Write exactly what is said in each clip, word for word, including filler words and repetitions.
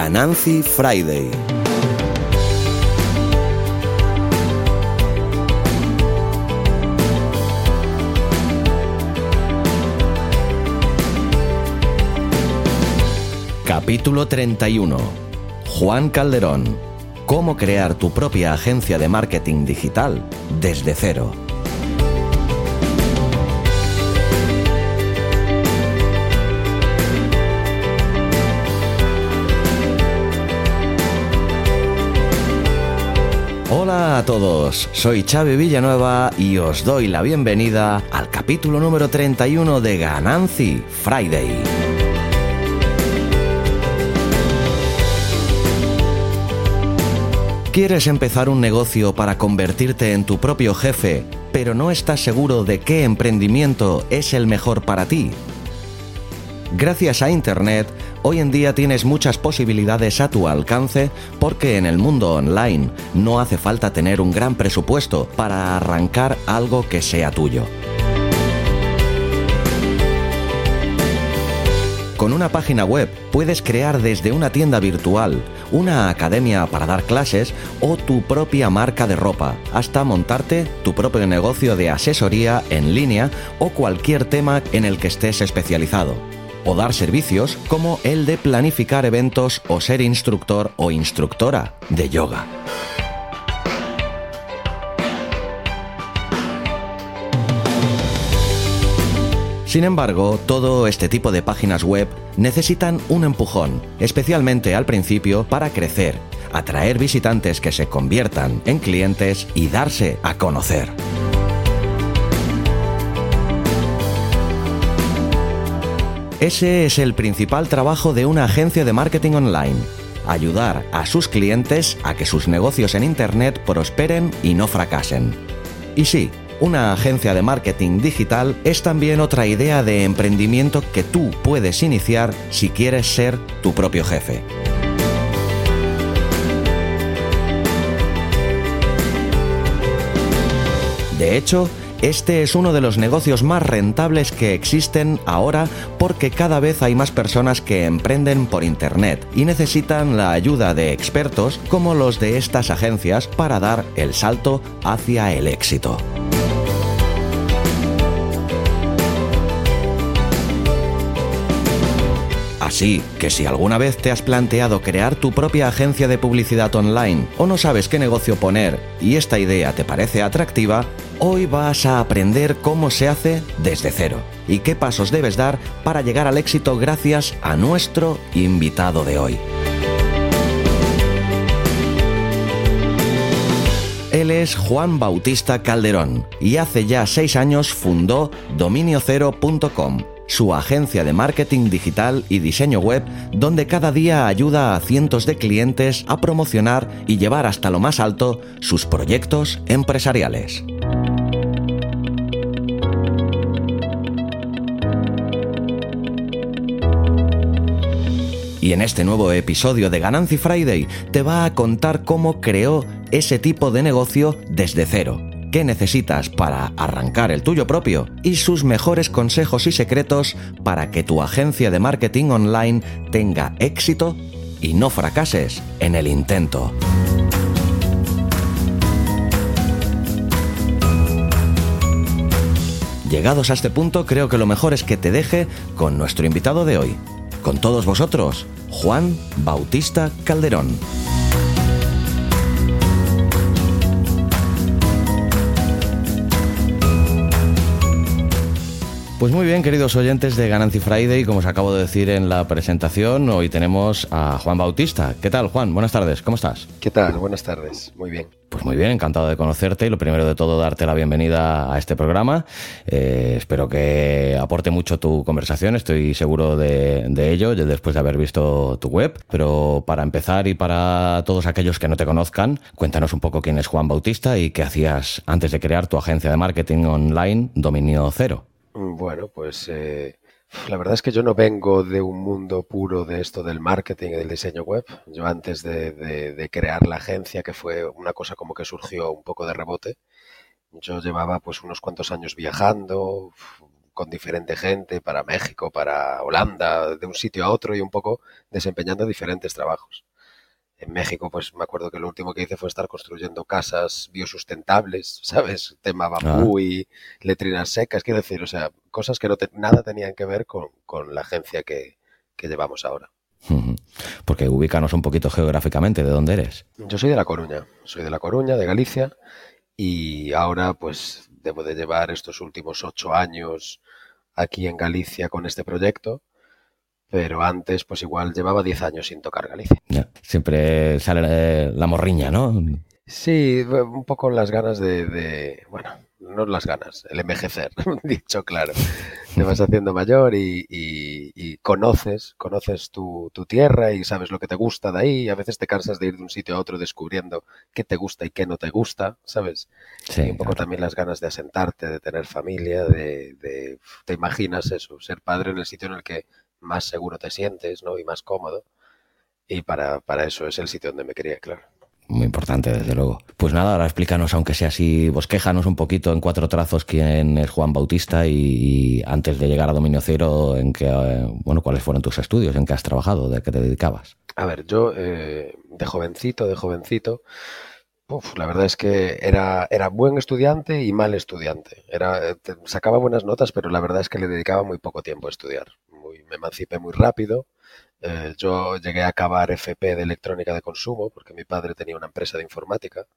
Gananci Friday. Capítulo treinta y uno. Juan Calderón. Cómo crear tu propia agencia de marketing digital desde cero. Hola a todos, soy Xavi Villanueva y os doy la bienvenida al capítulo número treinta y uno de Gananci Friday. ¿Quieres empezar un negocio para convertirte en tu propio jefe, pero no estás seguro de qué emprendimiento es el mejor para ti? Gracias a Internet, hoy en día tienes muchas posibilidades a tu alcance porque en el mundo online no hace falta tener un gran presupuesto para arrancar algo que sea tuyo. Con una página web puedes crear desde una tienda virtual, una academia para dar clases o tu propia marca de ropa, hasta montarte tu propio negocio de asesoría en línea o cualquier tema en el que estés especializado. O dar servicios como el de planificar eventos o ser instructor o instructora de yoga. Sin embargo, todo este tipo de páginas web necesitan un empujón, especialmente al principio, para crecer, atraer visitantes que se conviertan en clientes y darse a conocer. Ese es el principal trabajo de una agencia de marketing online: ayudar a sus clientes a que sus negocios en Internet prosperen y no fracasen. Y sí, una agencia de marketing digital es también otra idea de emprendimiento que tú puedes iniciar si quieres ser tu propio jefe. De hecho, este es uno de los negocios más rentables que existen ahora porque cada vez hay más personas que emprenden por Internet y necesitan la ayuda de expertos como los de estas agencias para dar el salto hacia el éxito. Así que si alguna vez te has planteado crear tu propia agencia de publicidad online o no sabes qué negocio poner y esta idea te parece atractiva, hoy vas a aprender cómo se hace desde cero y qué pasos debes dar para llegar al éxito gracias a nuestro invitado de hoy. Él es Juan Bautista Calderón y hace ya seis años fundó dominio cero punto com, su agencia de marketing digital y diseño web, donde cada día ayuda a cientos de clientes a promocionar y llevar hasta lo más alto sus proyectos empresariales. Y en este nuevo episodio de Gananci Friday te va a contar cómo creó ese tipo de negocio desde cero, qué necesitas para arrancar el tuyo propio y sus mejores consejos y secretos para que tu agencia de marketing online tenga éxito y no fracases en el intento. Llegados a este punto, creo que lo mejor es que te deje con nuestro invitado de hoy. Con todos vosotros, Juan Bautista Calderón. Pues muy bien, queridos oyentes de Gananci Friday, como os acabo de decir en la presentación, hoy tenemos a Juan Bautista. ¿Qué tal, Juan? Buenas tardes, ¿cómo estás? ¿Qué tal? Buenas tardes, muy bien. Pues muy bien, encantado de conocerte y lo primero de todo darte la bienvenida a este programa. Eh, espero que aporte mucho tu conversación, estoy seguro de, de ello después de haber visto tu web. Pero para empezar y para todos aquellos que no te conozcan, cuéntanos un poco quién es Juan Bautista y qué hacías antes de crear tu agencia de marketing online Dominio Cero. Bueno, pues eh, la verdad es que yo no vengo de un mundo puro de esto del marketing y del diseño web. Yo antes de, de, de crear la agencia, que fue una cosa como que surgió un poco de rebote, yo llevaba pues unos cuantos años viajando, con diferente gente, para México, para Holanda, de un sitio a otro y un poco desempeñando diferentes trabajos. En México, pues me acuerdo que lo último que hice fue estar construyendo casas biosustentables, ¿sabes? Tema Ah. bambú y letrinas secas, quiero decir, o sea, cosas que no te- nada tenían que ver con, con la agencia que, que llevamos ahora. Ujú. Porque ubícanos un poquito geográficamente, ¿de dónde eres? Yo soy de La Coruña, soy de La Coruña, de Galicia, y ahora pues debo de llevar estos últimos ocho años aquí en Galicia con este proyecto, pero antes pues igual llevaba diez años sin tocar Galicia. Ya. Siempre sale eh, la morriña, ¿no? Sí, un poco las ganas de, de, bueno, no las ganas, el envejecer, dicho claro. Te vas haciendo mayor y, y- y conoces, conoces tu, tu tierra y sabes lo que te gusta de ahí. Y a veces te cansas de ir de un sitio a otro descubriendo qué te gusta y qué no te gusta, ¿sabes? Y Sí, un poco claro. también las ganas de asentarte, de tener familia, de, de, te imaginas eso, ser padre en el sitio en el que más seguro te sientes, ¿no? Y más cómodo. Y para, para eso es el sitio donde me quería, claro. Muy importante, desde luego. Pues nada, ahora explícanos, aunque sea así, bosquéjanos un poquito en cuatro trazos quién es Juan Bautista y, y antes de llegar a Dominio Cero, en qué, eh, bueno, cuáles fueron tus estudios, en qué has trabajado, de qué te dedicabas. A ver, yo eh, de jovencito, de jovencito, uf, la verdad es que era, era buen estudiante y mal estudiante. Era, eh, te- sacaba buenas notas, pero la verdad es que le dedicaba muy poco tiempo a estudiar. Muy, me emancipé muy rápido. Eh, yo llegué a acabar F P de electrónica de consumo porque mi padre tenía una empresa de informática.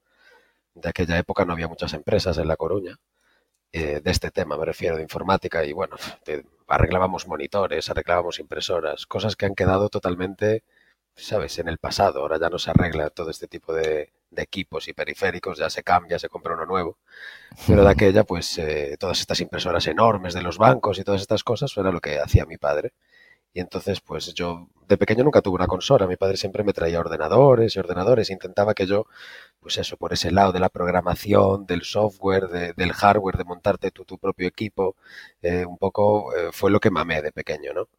De aquella época no había muchas empresas en La Coruña, eh, de este tema me refiero, de informática, y bueno, te- arreglábamos monitores, arreglábamos impresoras, cosas que han quedado totalmente, ¿sabes?, en el pasado. Ahora ya no se arregla todo este tipo de, de equipos y periféricos, ya se cambia, se compra uno nuevo. Pero de aquella, pues eh, todas estas impresoras enormes de los bancos y todas estas cosas era lo que hacía mi padre. Y entonces, pues yo de pequeño nunca tuve una consola. Mi padre siempre me traía ordenadores y ordenadores. Intentaba que yo, pues eso, por ese lado de la programación, del software, de- del hardware, de montarte tu, tu propio equipo, eh, un poco eh, fue lo que mamé de pequeño, ¿no?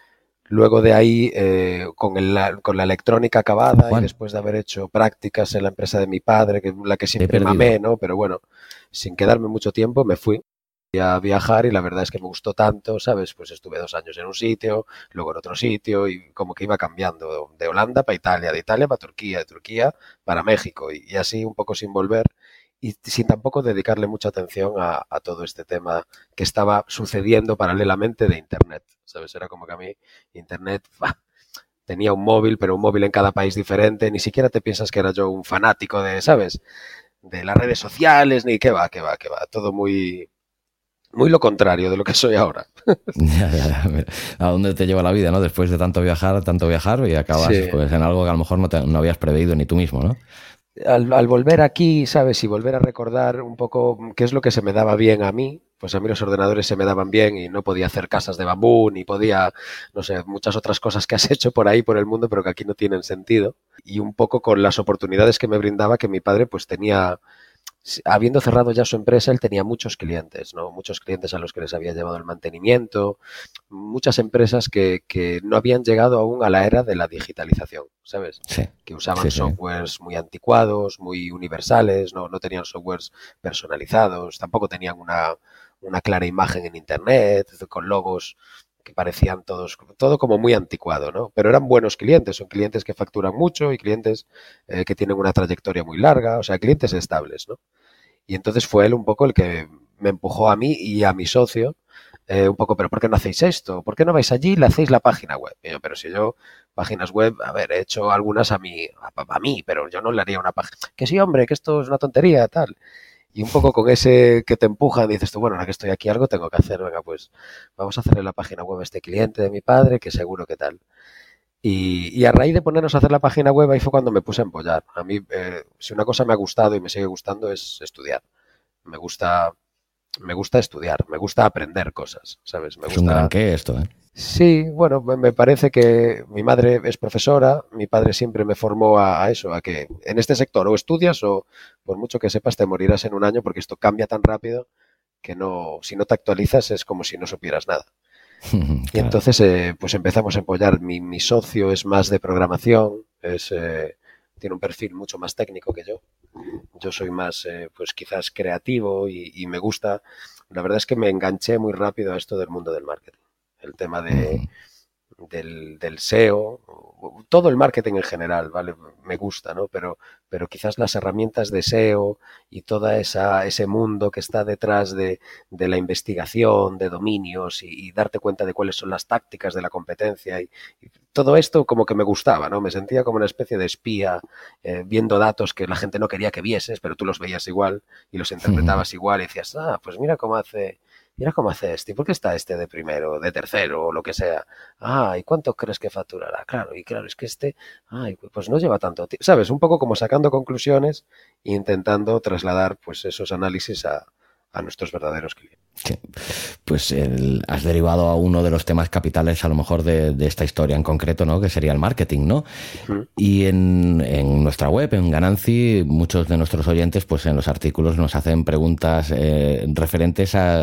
Luego de ahí, eh, con, el- la, con la electrónica acabada y Juan, después de haber hecho prácticas en la empresa de mi padre, que es la que te he siempre perdido. mamé, ¿no? Pero bueno, sin quedarme mucho tiempo, me fui a viajar y la verdad es que me gustó tanto, ¿sabes? Pues estuve dos años en un sitio, luego en otro sitio y como que iba cambiando de Holanda para Italia, de Italia para Turquía, de Turquía para México y, y así un poco sin volver y sin tampoco dedicarle mucha atención a, a todo este tema que estaba sucediendo paralelamente de Internet, ¿sabes? Era como que a mí Internet, bah, tenía un móvil, pero un móvil en cada país diferente, ni siquiera te piensas que era yo un fanático de, ¿sabes? De las redes sociales, ni qué va, qué va, qué va, todo muy, muy lo contrario de lo que soy ahora. Ya, ya, ya. Mira, ¿a dónde te lleva la vida, no? Después de tanto viajar, tanto viajar y acabas Sí. pues en algo que a lo mejor no, te- no habías preveído ni tú mismo, ¿no? Al, al volver aquí, ¿sabes? Y volver a recordar un poco qué es lo que se me daba bien a mí, pues a mí los ordenadores se me daban bien y no podía hacer casas de bambú, ni podía, no sé, muchas otras cosas que has hecho por ahí, por el mundo, pero que aquí no tienen sentido. Y un poco con las oportunidades que me brindaba que mi padre pues tenía, habiendo cerrado ya su empresa, él tenía muchos clientes, ¿no? Muchos clientes a los que les había llevado el mantenimiento, muchas empresas que, que no habían llegado aún a la era de la digitalización, ¿sabes? Sí, Que usaban sí, sí. softwares muy anticuados, muy universales, no, no tenían softwares personalizados, tampoco tenían una, una clara imagen en Internet, con logos que parecían todos, todo como muy anticuado, ¿no? Pero eran buenos clientes, son clientes que facturan mucho y clientes eh, que tienen una trayectoria muy larga, o sea, clientes estables, ¿no? Y entonces fue él un poco el que me empujó a mí y a mi socio, eh, un poco, pero ¿por qué no hacéis esto? ¿Por qué no vais allí y le hacéis la página web? Y yo, pero si yo, páginas web, a ver, he hecho algunas a mí, a, a mí, pero yo no le haría una página. Que sí, hombre, que esto es una tontería, tal. Y un poco con ese que te empuja, dices tú, bueno, ahora que estoy aquí algo tengo que hacer, venga, pues vamos a hacerle la página web a este cliente de mi padre, que seguro que tal. Y, y a raíz de ponernos a hacer la página web, ahí fue cuando me puse a empollar. A mí, eh, si una cosa me ha gustado y me sigue gustando es estudiar. Me gusta, me gusta estudiar, me gusta aprender cosas, ¿sabes? Me Es un gran gusta. qué esto, ¿eh? Sí, bueno, me me parece que mi madre es profesora, mi padre siempre me formó a, a eso, a que en este sector o estudias o por mucho que sepas te morirás en un año porque esto cambia tan rápido que no, si no te actualizas es como si no supieras nada. Y Claro. entonces, eh, pues empezamos a empollar. Mi, mi socio es más de programación, es, eh, tiene un perfil mucho más técnico que yo. Yo soy más, eh, pues quizás creativo y, y me gusta. la verdad es que me enganché muy rápido a esto del mundo del marketing. El tema de, del, del S E O, todo el marketing en general, ¿vale? Me gusta, ¿no? Pero, pero quizás las herramientas de S E O y toda esa ese mundo que está detrás de, de la investigación, de dominios y, y, darte cuenta de cuáles son las tácticas de la competencia y, y todo esto como que me gustaba, ¿no? Me sentía como una especie de espía eh, viendo datos que la gente no quería que vieses, pero tú los veías igual y los interpretabas igual y decías, ah, pues mira cómo hace... Mira cómo hace este, ¿y por qué está este de primero, de tercero o lo que sea? Ah, ¿y cuánto crees que facturará? Claro, y claro, es que este, ay, pues no lleva tanto tiempo, ¿sabes? Un poco como sacando conclusiones e intentando trasladar pues esos análisis a, a nuestros verdaderos clientes. Sí. Pues el, has derivado a uno de los temas capitales a lo mejor de, de esta historia en concreto, ¿no? Que sería el marketing, ¿no? Uh-huh. Y en, en nuestra web, en Gananci, muchos de nuestros oyentes, pues en los artículos nos hacen preguntas eh, referentes a,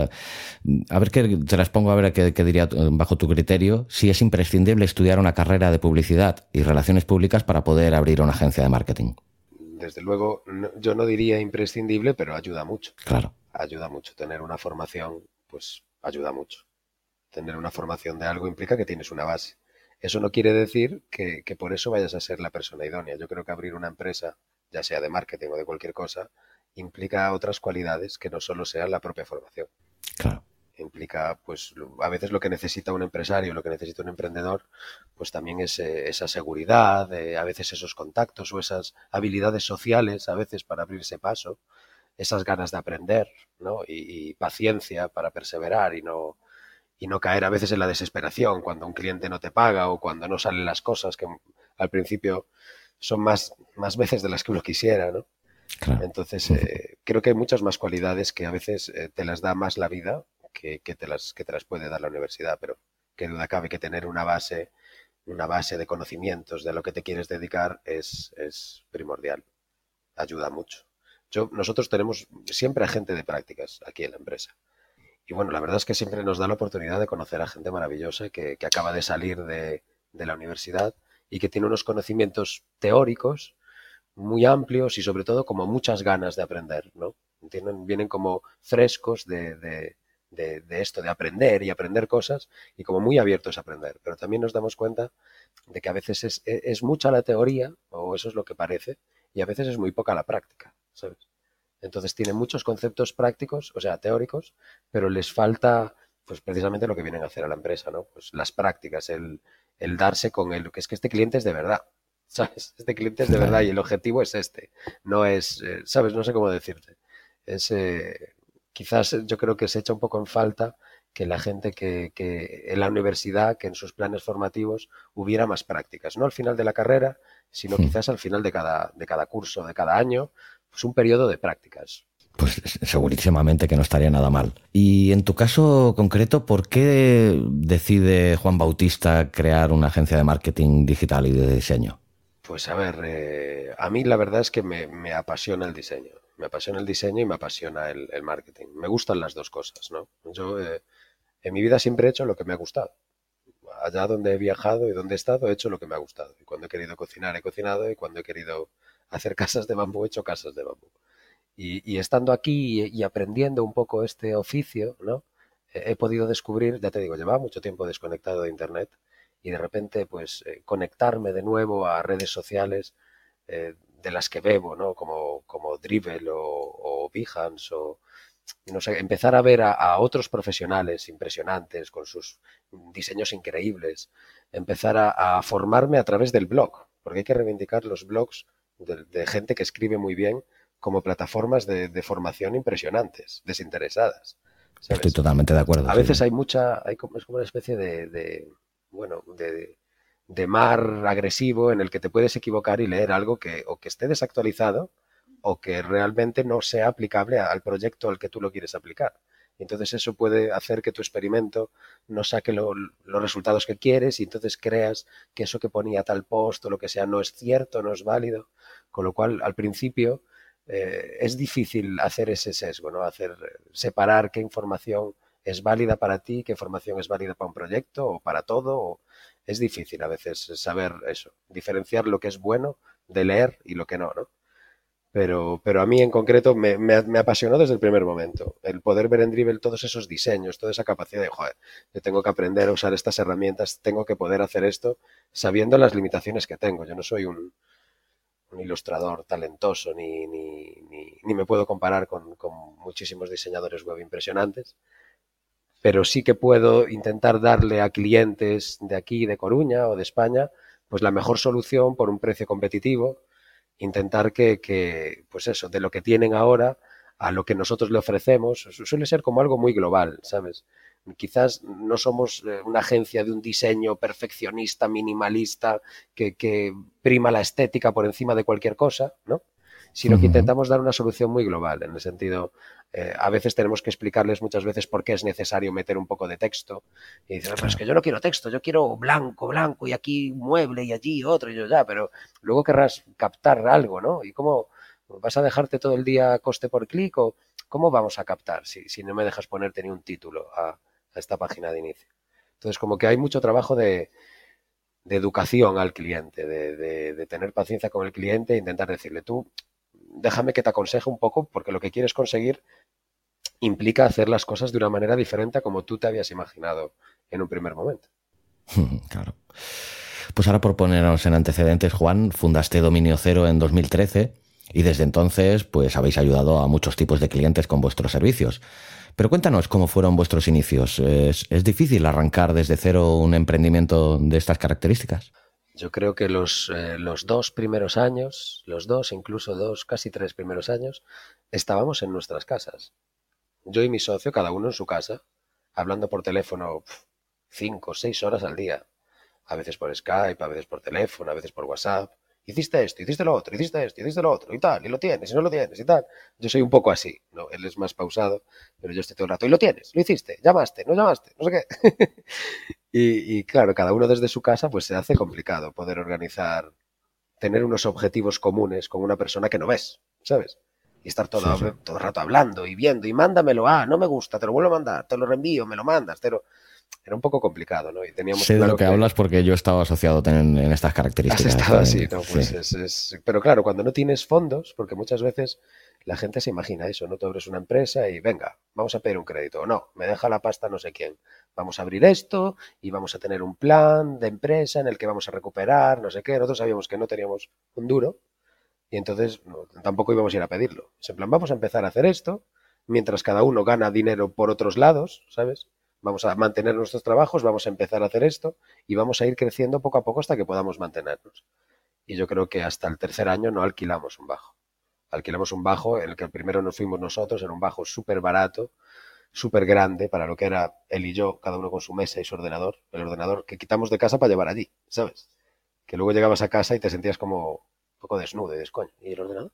a ver qué, te las pongo a ver qué, qué diría bajo tu criterio, si es imprescindible estudiar una carrera de publicidad y relaciones públicas para poder abrir una agencia de marketing. Desde luego, no, yo no diría imprescindible, pero ayuda mucho. Claro. Ayuda mucho. Tener una formación, pues ayuda mucho. Tener una formación de algo implica que tienes una base. Eso no quiere decir que, que por eso vayas a ser la persona idónea. Yo creo que abrir una empresa, ya sea de marketing o de cualquier cosa, implica otras cualidades que no solo sean la propia formación. Claro. Implica, pues, a veces lo que necesita un empresario, lo que necesita un emprendedor, pues también es eh, esa seguridad, eh, a veces esos contactos o esas habilidades sociales, a veces para abrirse paso, esas ganas de aprender, ¿no? Y, y paciencia para perseverar y no, y no caer a veces en la desesperación cuando un cliente no te paga o cuando no salen las cosas que al principio son más, más veces de las que uno quisiera, ¿no? Claro. Entonces, eh, creo que hay muchas más cualidades que a veces eh, te las da más la vida que, que, te las, que te las puede dar la universidad, pero que duda cabe que tener una base, una base de conocimientos de a lo que te quieres dedicar es, es primordial. Ayuda mucho. Yo, nosotros tenemos siempre a gente de prácticas aquí en la empresa. Y bueno, la verdad es que siempre nos da la oportunidad de conocer a gente maravillosa que, que acaba de salir de, de la universidad y que tiene unos conocimientos teóricos muy amplios y sobre todo como muchas ganas de aprender, ¿no? ¿Entienden? Vienen como frescos de, de, de, de esto, de aprender y aprender cosas y como muy abiertos a aprender. Pero también nos damos cuenta de que a veces es, es mucha la teoría, o eso es lo que parece, y a veces es muy poca la práctica, ¿sabes? Entonces tienen muchos conceptos prácticos, o sea, teóricos, pero les falta, pues precisamente lo que vienen a hacer a la empresa, ¿no? Pues las prácticas, el, el darse con el, que es que este cliente es de verdad, ¿sabes? Este cliente es de verdad y el objetivo es este, no es, eh, ¿sabes? No sé cómo decirte. Es, eh, quizás yo creo que se echa un poco en falta que la gente que, que en la universidad, que en sus planes formativos hubiera más prácticas, no al final de la carrera, sino quizás al final de cada, de cada curso, de cada año, pues un periodo de prácticas. Pues segurísimamente que no estaría nada mal. Y en tu caso concreto, ¿por qué decide Juan Bautista crear una agencia de marketing digital y de diseño? Pues a ver, eh, a mí la verdad es que me, me apasiona el diseño. Me apasiona el diseño y me apasiona el, el marketing. Me gustan las dos cosas, ¿no? Yo eh, en mi vida siempre he hecho lo que me ha gustado. Allá donde he viajado y donde he estado he hecho lo que me ha gustado. Y cuando he querido cocinar he cocinado y cuando he querido hacer casas de bambú he hecho casas de bambú. Y, y estando aquí y, y aprendiendo un poco este oficio, ¿no? He, he podido descubrir, ya te digo, llevaba mucho tiempo desconectado de internet y de repente pues eh, conectarme de nuevo a redes sociales eh, de las que bebo, ¿no? Como, como Dribbble o, o Behance o no sé, empezar a ver a, a otros profesionales impresionantes con sus diseños increíbles, empezar a, a formarme a través del blog, porque hay que reivindicar los blogs de, de gente que escribe muy bien como plataformas de, de formación impresionantes, desinteresadas, ¿sabes? Estoy totalmente de acuerdo. A veces sí. hay mucha, hay como, es como una especie de, de bueno, de, de mar agresivo en el que te puedes equivocar y leer algo que o que esté desactualizado o que realmente no sea aplicable al proyecto al que tú lo quieres aplicar. Entonces eso puede hacer que tu experimento no saque lo, los resultados que quieres y entonces creas que eso que ponía tal post o lo que sea no es cierto, no es válido, con lo cual al principio eh, es difícil hacer ese sesgo, ¿no? Hacer, separar qué información es válida para ti, qué información es válida para un proyecto o para todo. O... Es difícil a veces saber eso, diferenciar lo que es bueno de leer y lo que no, ¿no? Pero, pero a mí en concreto me, me, me apasionó desde el primer momento. El poder ver en Dribbble todos esos diseños, toda esa capacidad de, joder, yo tengo que aprender a usar estas herramientas, tengo que poder hacer esto sabiendo las limitaciones que tengo. Yo no soy un, un ilustrador talentoso ni, ni, ni, ni me puedo comparar con, con muchísimos diseñadores web impresionantes, pero sí que puedo intentar darle a clientes de aquí, de Coruña o de España, pues la mejor solución por un precio competitivo, intentar que, que, pues eso, de lo que tienen ahora a lo que nosotros le ofrecemos, suele ser como algo muy global, ¿sabes? Quizás no somos una agencia de un diseño perfeccionista, minimalista, que, que prima la estética por encima de cualquier cosa, ¿no? Sino que Uh-huh. intentamos dar una solución muy global, en el sentido, eh, a veces tenemos que explicarles muchas veces por qué es necesario meter un poco de texto, y dicen, pero es Claro. que yo no quiero texto, yo quiero blanco, blanco, y aquí un mueble, y allí otro, y yo ya, pero luego querrás captar algo, ¿no? ¿Y cómo vas a dejarte todo el día coste por clic o cómo vamos a captar si, si no me dejas ponerte ni un título a, a esta página de inicio? Entonces, como que hay mucho trabajo de, de educación al cliente, de, de, de tener paciencia con el cliente e intentar decirle, tú, déjame que te aconseje un poco, porque lo que quieres conseguir implica hacer las cosas de una manera diferente a como tú te habías imaginado en un primer momento. Claro. Pues ahora, por ponernos en antecedentes, Juan, fundaste Dominio Cero en dos mil trece y desde entonces pues habéis ayudado a muchos tipos de clientes con vuestros servicios. Pero cuéntanos cómo fueron vuestros inicios. ¿Es, es difícil arrancar desde cero un emprendimiento de estas características? Yo creo que los, eh, los dos primeros años, los dos, incluso dos, casi tres primeros años, estábamos en nuestras casas. Yo y mi socio, cada uno en su casa, hablando por teléfono pf, cinco, seis horas al día. A veces por Skype, a veces por teléfono, a veces por WhatsApp. Hiciste esto, hiciste lo otro, hiciste esto, hiciste lo otro, y tal, y lo tienes, y no lo tienes, y tal. Yo soy un poco así, ¿no? Él es más pausado, pero yo estoy todo el rato, y lo tienes, lo hiciste, llamaste, no llamaste, no sé qué. y, y claro, cada uno desde su casa, pues se hace complicado poder organizar, tener unos objetivos comunes con una persona que no ves, ¿sabes? Y estar Sí, todo, sí. todo el rato hablando y viendo, y mándamelo, ah, no me gusta, te lo vuelvo a mandar, te lo reenvío, me lo mandas, te lo... Era un poco complicado, ¿no? Y teníamos Sé de lo claro que que hablas porque yo he estado asociado en, en estas has características. estado Eh, así, ¿no? sí. Pues es, es... Pero claro, cuando no tienes fondos, porque muchas veces la gente se imagina eso, ¿no? Tú abres una empresa y venga, vamos a pedir un crédito. O no, me deja la pasta no sé quién. Vamos a abrir esto y vamos a tener un plan de empresa en el que vamos a recuperar, no sé qué. Nosotros sabíamos que no teníamos un duro y entonces no, tampoco íbamos a ir a pedirlo. Es en plan, vamos a empezar a hacer esto mientras cada uno gana dinero por otros lados, ¿sabes? Vamos a mantener nuestros trabajos, vamos a empezar a hacer esto y vamos a ir creciendo poco a poco hasta que podamos mantenernos. Y yo creo que hasta el tercer año no alquilamos un bajo. Alquilamos un bajo en el que el primero nos fuimos nosotros, era un bajo súper barato, súper grande para lo que era él y yo, cada uno con su mesa y su ordenador. El ordenador que quitamos de casa para llevar allí, ¿sabes? Que luego llegabas a casa y te sentías como un poco desnudo y dices, coño, ¿y el ordenador?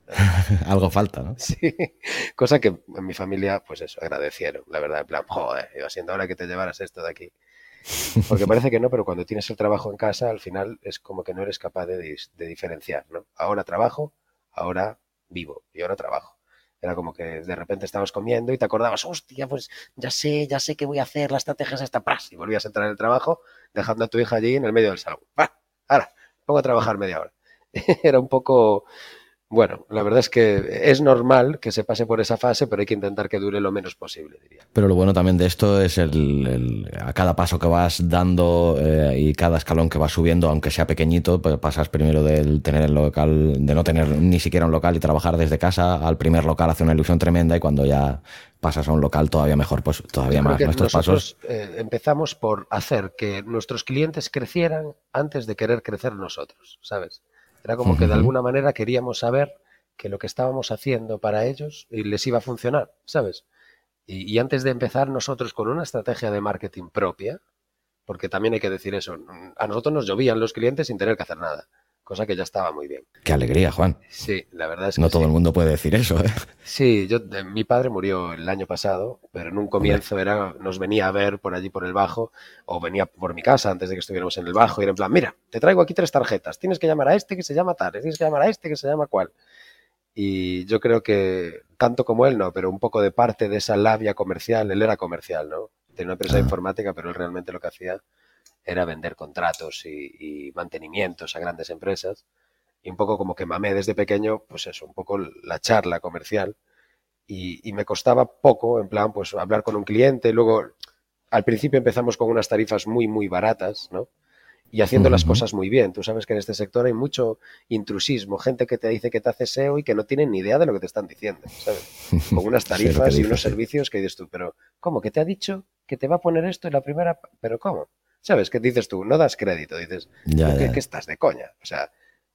Algo falta, ¿no? Sí, cosa que en mi familia, pues eso, agradecieron, la verdad, en plan, joder, iba siendo hora que te llevaras esto de aquí. Porque parece que no, pero cuando tienes el trabajo en casa, al final es como que no eres capaz de, dis- de diferenciar, ¿no? Ahora trabajo, ahora vivo y ahora trabajo. Era como que de repente estabas comiendo y te acordabas, hostia, pues ya sé, ya sé qué voy a hacer, la estrategia es esta, ¡pras! Y volvías a entrar en el trabajo, dejando a tu hija allí en el medio del salón. ¡Pah! Ahora, pongo a trabajar media hora. Era un poco, bueno, la verdad es que es normal que se pase por esa fase, pero hay que intentar que dure lo menos posible, diría. Pero lo bueno también de esto es el, el- a cada paso que vas dando eh, y cada escalón que vas subiendo, aunque sea pequeñito, pues pasas primero del tener el local, de no tener ni siquiera un local y trabajar desde casa, al primer local hace una ilusión tremenda y cuando ya pasas a un local todavía mejor, pues todavía Yo creo más. que Nuestros pasos. nosotros eh, empezamos por hacer que nuestros clientes crecieran antes de querer crecer nosotros, ¿sabes? Era como que de Ujú. alguna manera queríamos saber que lo que estábamos haciendo para ellos y les iba a funcionar, ¿sabes? Y, y antes de empezar nosotros con una estrategia de marketing propia, porque también hay que decir eso, a nosotros nos llovían los clientes sin tener que hacer nada, cosa que ya estaba muy bien. Qué alegría, Juan. Sí, la verdad es que No todo sí. el mundo puede decir eso, ¿eh? Sí, yo, eh, mi padre murió el año pasado, pero en un Hombre. comienzo era, nos venía a ver por allí por el bajo, o venía por mi casa antes de que estuviéramos en el bajo, y era en plan, mira, te traigo aquí tres tarjetas, tienes que llamar a este que se llama tal, tienes que llamar a este que se llama cual. Y yo creo que, tanto como él, no, pero un poco de parte de esa labia comercial, él era comercial, ¿no? Tenía una empresa de Ah, informática, pero él realmente lo que hacía era vender contratos y, y mantenimientos a grandes empresas. Y un poco como que mamé desde pequeño, pues eso, un poco la charla comercial. Y, y me costaba poco, en plan, pues hablar con un cliente. Luego, al principio empezamos con unas tarifas muy, muy baratas, ¿no? Y haciendo las Ujú. cosas muy bien. Tú sabes que en este sector hay mucho intrusismo, gente que te dice que te hace S E O y que no tienen ni idea de lo que te están diciendo, ¿sabes? Con unas Sé lo que tarifas y unos dices, sí. servicios que dices tú, pero ¿cómo? ¿Que te ha dicho que te va a poner esto en la primera? ¿Pero cómo? ¿Sabes? ¿Qué dices tú? No das crédito, dices, Ya, ¿pero qué, qué ya. estás de coña? O sea,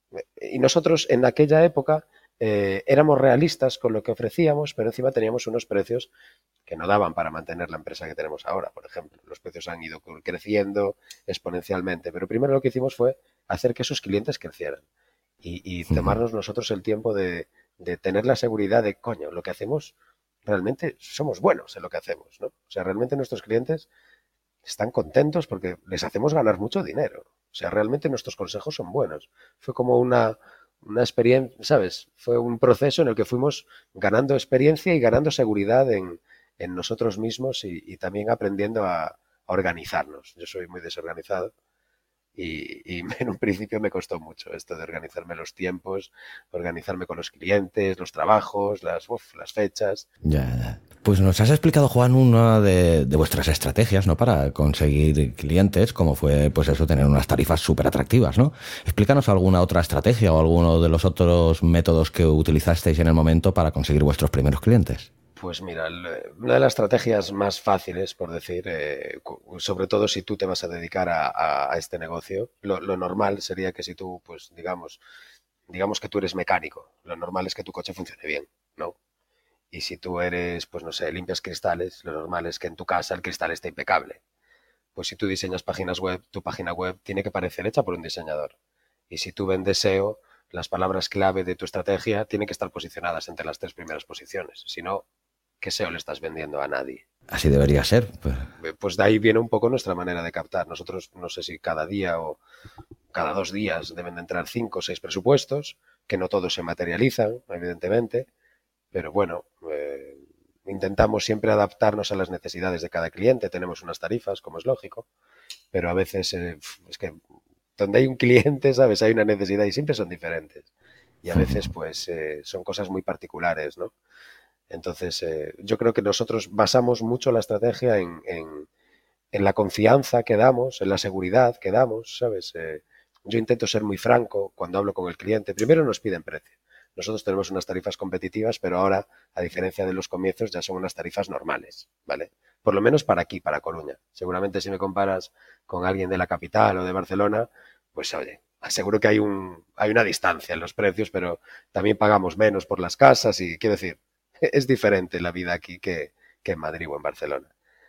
y nosotros en aquella época eh, éramos realistas con lo que ofrecíamos, pero encima teníamos unos precios que no daban para mantener la empresa que tenemos ahora, por ejemplo. Los precios han ido creciendo exponencialmente, pero primero lo que hicimos fue hacer que esos clientes crecieran y, y Ujú. tomarnos nosotros el tiempo de, de, tener la seguridad de, coño, lo que hacemos, realmente somos buenos en lo que hacemos, ¿no? O sea, realmente nuestros clientes están contentos porque les hacemos ganar mucho dinero. O sea, realmente nuestros consejos son buenos. Fue como una, una experiencia, ¿sabes? Fue un proceso en el que fuimos ganando experiencia y ganando seguridad en, en nosotros mismos y, y, también aprendiendo a, a organizarnos. Yo soy muy desorganizado y, y, en un principio me costó mucho esto de organizarme los tiempos, organizarme con los clientes, los trabajos, las, uf, las fechas. Ya, ya. Pues nos has explicado, Juan, una de, de vuestras estrategias, ¿no? Para conseguir clientes, como fue, pues eso, tener unas tarifas súper atractivas, ¿no? Explícanos alguna otra estrategia o alguno de los otros métodos que utilizasteis en el momento para conseguir vuestros primeros clientes. Pues mira, una de las estrategias más fáciles, por decir, eh, sobre todo si tú te vas a dedicar a, a, a este negocio, lo, lo, normal sería que si tú, pues digamos, digamos que tú eres mecánico, lo normal es que tu coche funcione bien, ¿no? Y si tú eres, pues no sé, limpias cristales, lo normal es que en tu casa el cristal esté impecable. Pues si tú diseñas páginas web, tu página web tiene que parecer hecha por un diseñador. Y si tú vendes S E O, las palabras clave de tu estrategia tienen que estar posicionadas entre las tres primeras posiciones. Si no, ¿qué S E O le estás vendiendo a nadie? Así debería ser. Pues, Pues de ahí viene un poco nuestra manera de captar. Nosotros, no sé si cada día o cada dos días deben de entrar cinco o seis presupuestos, que no todos se materializan, evidentemente, pero bueno, eh, intentamos siempre adaptarnos a las necesidades de cada cliente. Tenemos unas tarifas, como es lógico, pero a veces eh, es que donde hay un cliente, ¿sabes? Hay una necesidad y siempre son diferentes. Y a veces, pues, eh, son cosas muy particulares, ¿no? Entonces, eh, yo creo que nosotros basamos mucho la estrategia en, en, en, la confianza que damos, en la seguridad que damos, ¿sabes? Eh, yo intento ser muy franco cuando hablo con el cliente. Primero nos piden precio. Nosotros tenemos unas tarifas competitivas, pero ahora, a diferencia de los comienzos, ya son unas tarifas normales, ¿vale? Por lo menos para aquí, para Coruña. Seguramente si me comparas con alguien de la capital o de Barcelona, pues oye, aseguro que hay, un, hay una distancia en los precios, pero también pagamos menos por las casas y quiero decir, es diferente la vida aquí que, que en Madrid o en Barcelona.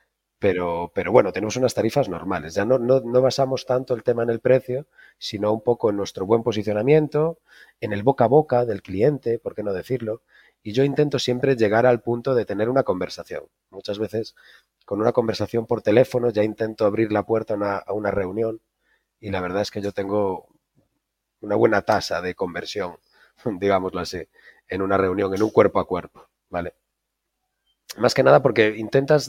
Pero, pero bueno, tenemos unas tarifas normales. Ya no, no, no basamos tanto el tema en el precio, sino un poco en nuestro buen posicionamiento, en el boca a boca del cliente, ¿por qué no decirlo? Y yo intento siempre llegar al punto de tener una conversación. Muchas veces con una conversación por teléfono ya intento abrir la puerta a una, a una reunión y la verdad es que yo tengo una buena tasa de conversión, digámoslo así, en una reunión, en un cuerpo a cuerpo, ¿vale? Más que nada porque intentas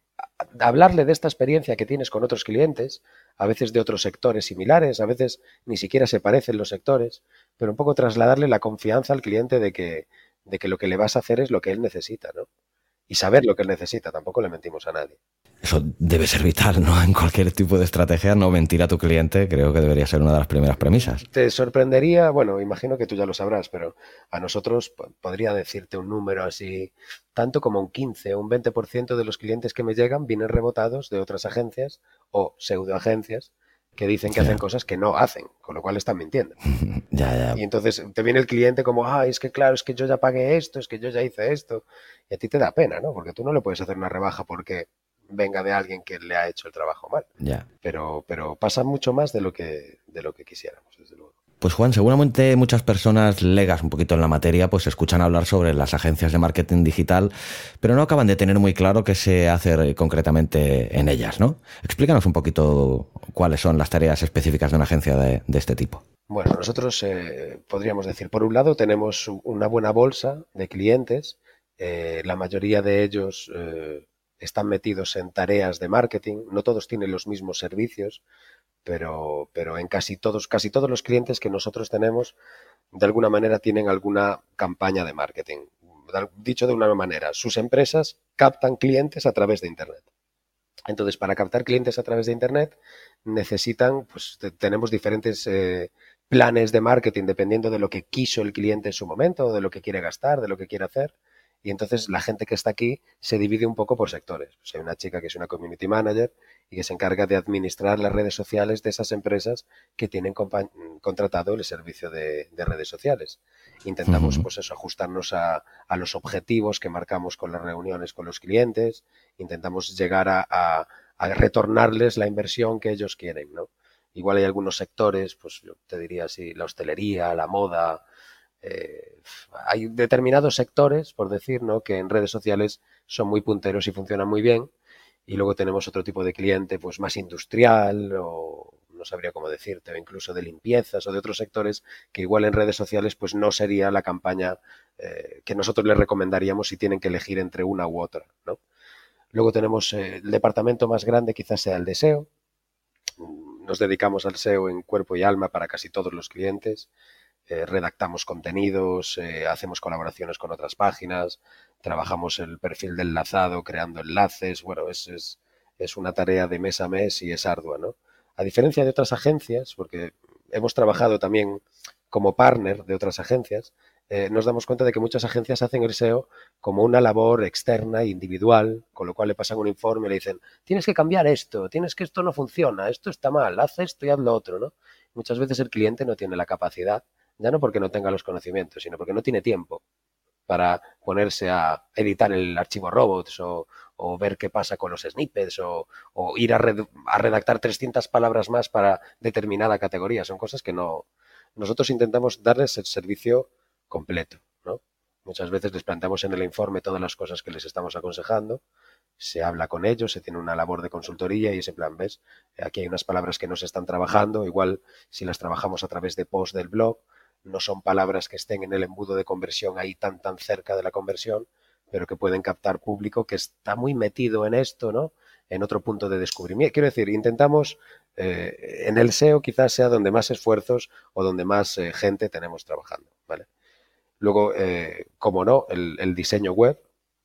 hablarle de esta experiencia que tienes con otros clientes, a veces de otros sectores similares, a veces ni siquiera se parecen los sectores, pero un poco trasladarle la confianza al cliente de que, de que lo que le vas a hacer es lo que él necesita, ¿no? Y saber lo que él necesita, tampoco le mentimos a nadie. eso debe ser vital, ¿no? En cualquier tipo de estrategia, no mentir a tu cliente, creo que debería ser una de las primeras premisas. Te sorprendería, bueno, imagino que tú ya lo sabrás, pero a nosotros podría decirte un número así, tanto como un quince o un veinte por ciento de los clientes que me llegan vienen rebotados de otras agencias o pseudoagencias que dicen que hacen Ya, cosas que no hacen, con lo cual están mintiendo. ya, ya. Y entonces te viene el cliente como, ah, es que claro, es que yo ya pagué esto, es que yo ya hice esto. Y a ti te da pena, ¿no? Porque tú no le puedes hacer una rebaja porque venga de alguien que le ha hecho el trabajo mal. Ya. Pero, pero pasa mucho más de lo que, de lo que quisiéramos, desde luego. Pues Juan, seguramente muchas personas legas un poquito en la materia pues escuchan hablar sobre las agencias de marketing digital, pero no acaban de tener muy claro qué se hace concretamente en ellas, ¿no? Explícanos un poquito cuáles son las tareas específicas de una agencia de, de este tipo. Bueno, nosotros eh, podríamos decir, por un lado tenemos una buena bolsa de clientes, eh, la mayoría de ellos eh, están metidos en tareas de marketing, no todos tienen los mismos servicios, pero, pero en casi todos, casi todos los clientes que nosotros tenemos, de alguna manera tienen alguna campaña de marketing. Dicho de una manera, sus empresas captan clientes a través de Internet. Entonces, para captar clientes a través de Internet, necesitan, pues tenemos diferentes eh, planes de marketing dependiendo de lo que quiso el cliente en su momento, de lo que quiere gastar, de lo que quiere hacer. Y entonces la gente que está aquí se divide un poco por sectores. Pues hay una chica que es una community manager y que se encarga de administrar las redes sociales de esas empresas que tienen contratado el servicio de, de redes sociales. Intentamos, Ujú. pues eso, ajustarnos a, a los objetivos que marcamos con las reuniones con los clientes. Intentamos llegar a, a, a retornarles la inversión que ellos quieren, ¿no? Igual hay algunos sectores, pues yo te diría así, la hostelería, la moda. Eh, hay determinados sectores, por decir, ¿no?, que en redes sociales son muy punteros y funcionan muy bien. Y luego tenemos otro tipo de cliente, pues más industrial o no sabría cómo decirte, o incluso de limpiezas o de otros sectores que igual en redes sociales pues no sería la campaña eh, que nosotros les recomendaríamos si tienen que elegir entre una u otra, ¿no? Luego tenemos eh, el departamento más grande, quizás sea el de S E O. Nos dedicamos al S E O en cuerpo y alma para casi todos los clientes. Eh, redactamos contenidos, eh, hacemos colaboraciones con otras páginas, trabajamos el perfil de enlazado, creando enlaces. Bueno, es, es, es una tarea de mes a mes y es ardua, ¿no? A diferencia de otras agencias, porque hemos trabajado también como partner de otras agencias, eh, nos damos cuenta de que muchas agencias hacen el S E O como una labor externa, individual, con lo cual le pasan un informe y le dicen, tienes que cambiar esto, tienes que esto no funciona, esto está mal, haz esto y haz lo otro, ¿no? Muchas veces el cliente no tiene la capacidad, ya no porque no tenga los conocimientos, sino porque no tiene tiempo para ponerse a editar el archivo robots o, o ver qué pasa con los snippets o, o ir a, red, a redactar trescientas palabras más para determinada categoría. Son cosas que no... Nosotros intentamos darles el servicio completo, ¿no? Muchas veces les planteamos en el informe todas las cosas que les estamos aconsejando, se habla con ellos, se tiene una labor de consultoría y ese plan, ¿ves? Aquí hay unas palabras que no se están trabajando, igual si las trabajamos a través de post del blog, no son palabras que estén en el embudo de conversión ahí tan tan cerca de la conversión, pero que pueden captar público que está muy metido en esto, ¿no? En otro punto de descubrimiento. Quiero decir, intentamos, eh, en el S E O quizás sea donde más esfuerzos o donde más eh, gente tenemos trabajando, ¿vale? Luego, eh, como no, el, el diseño web,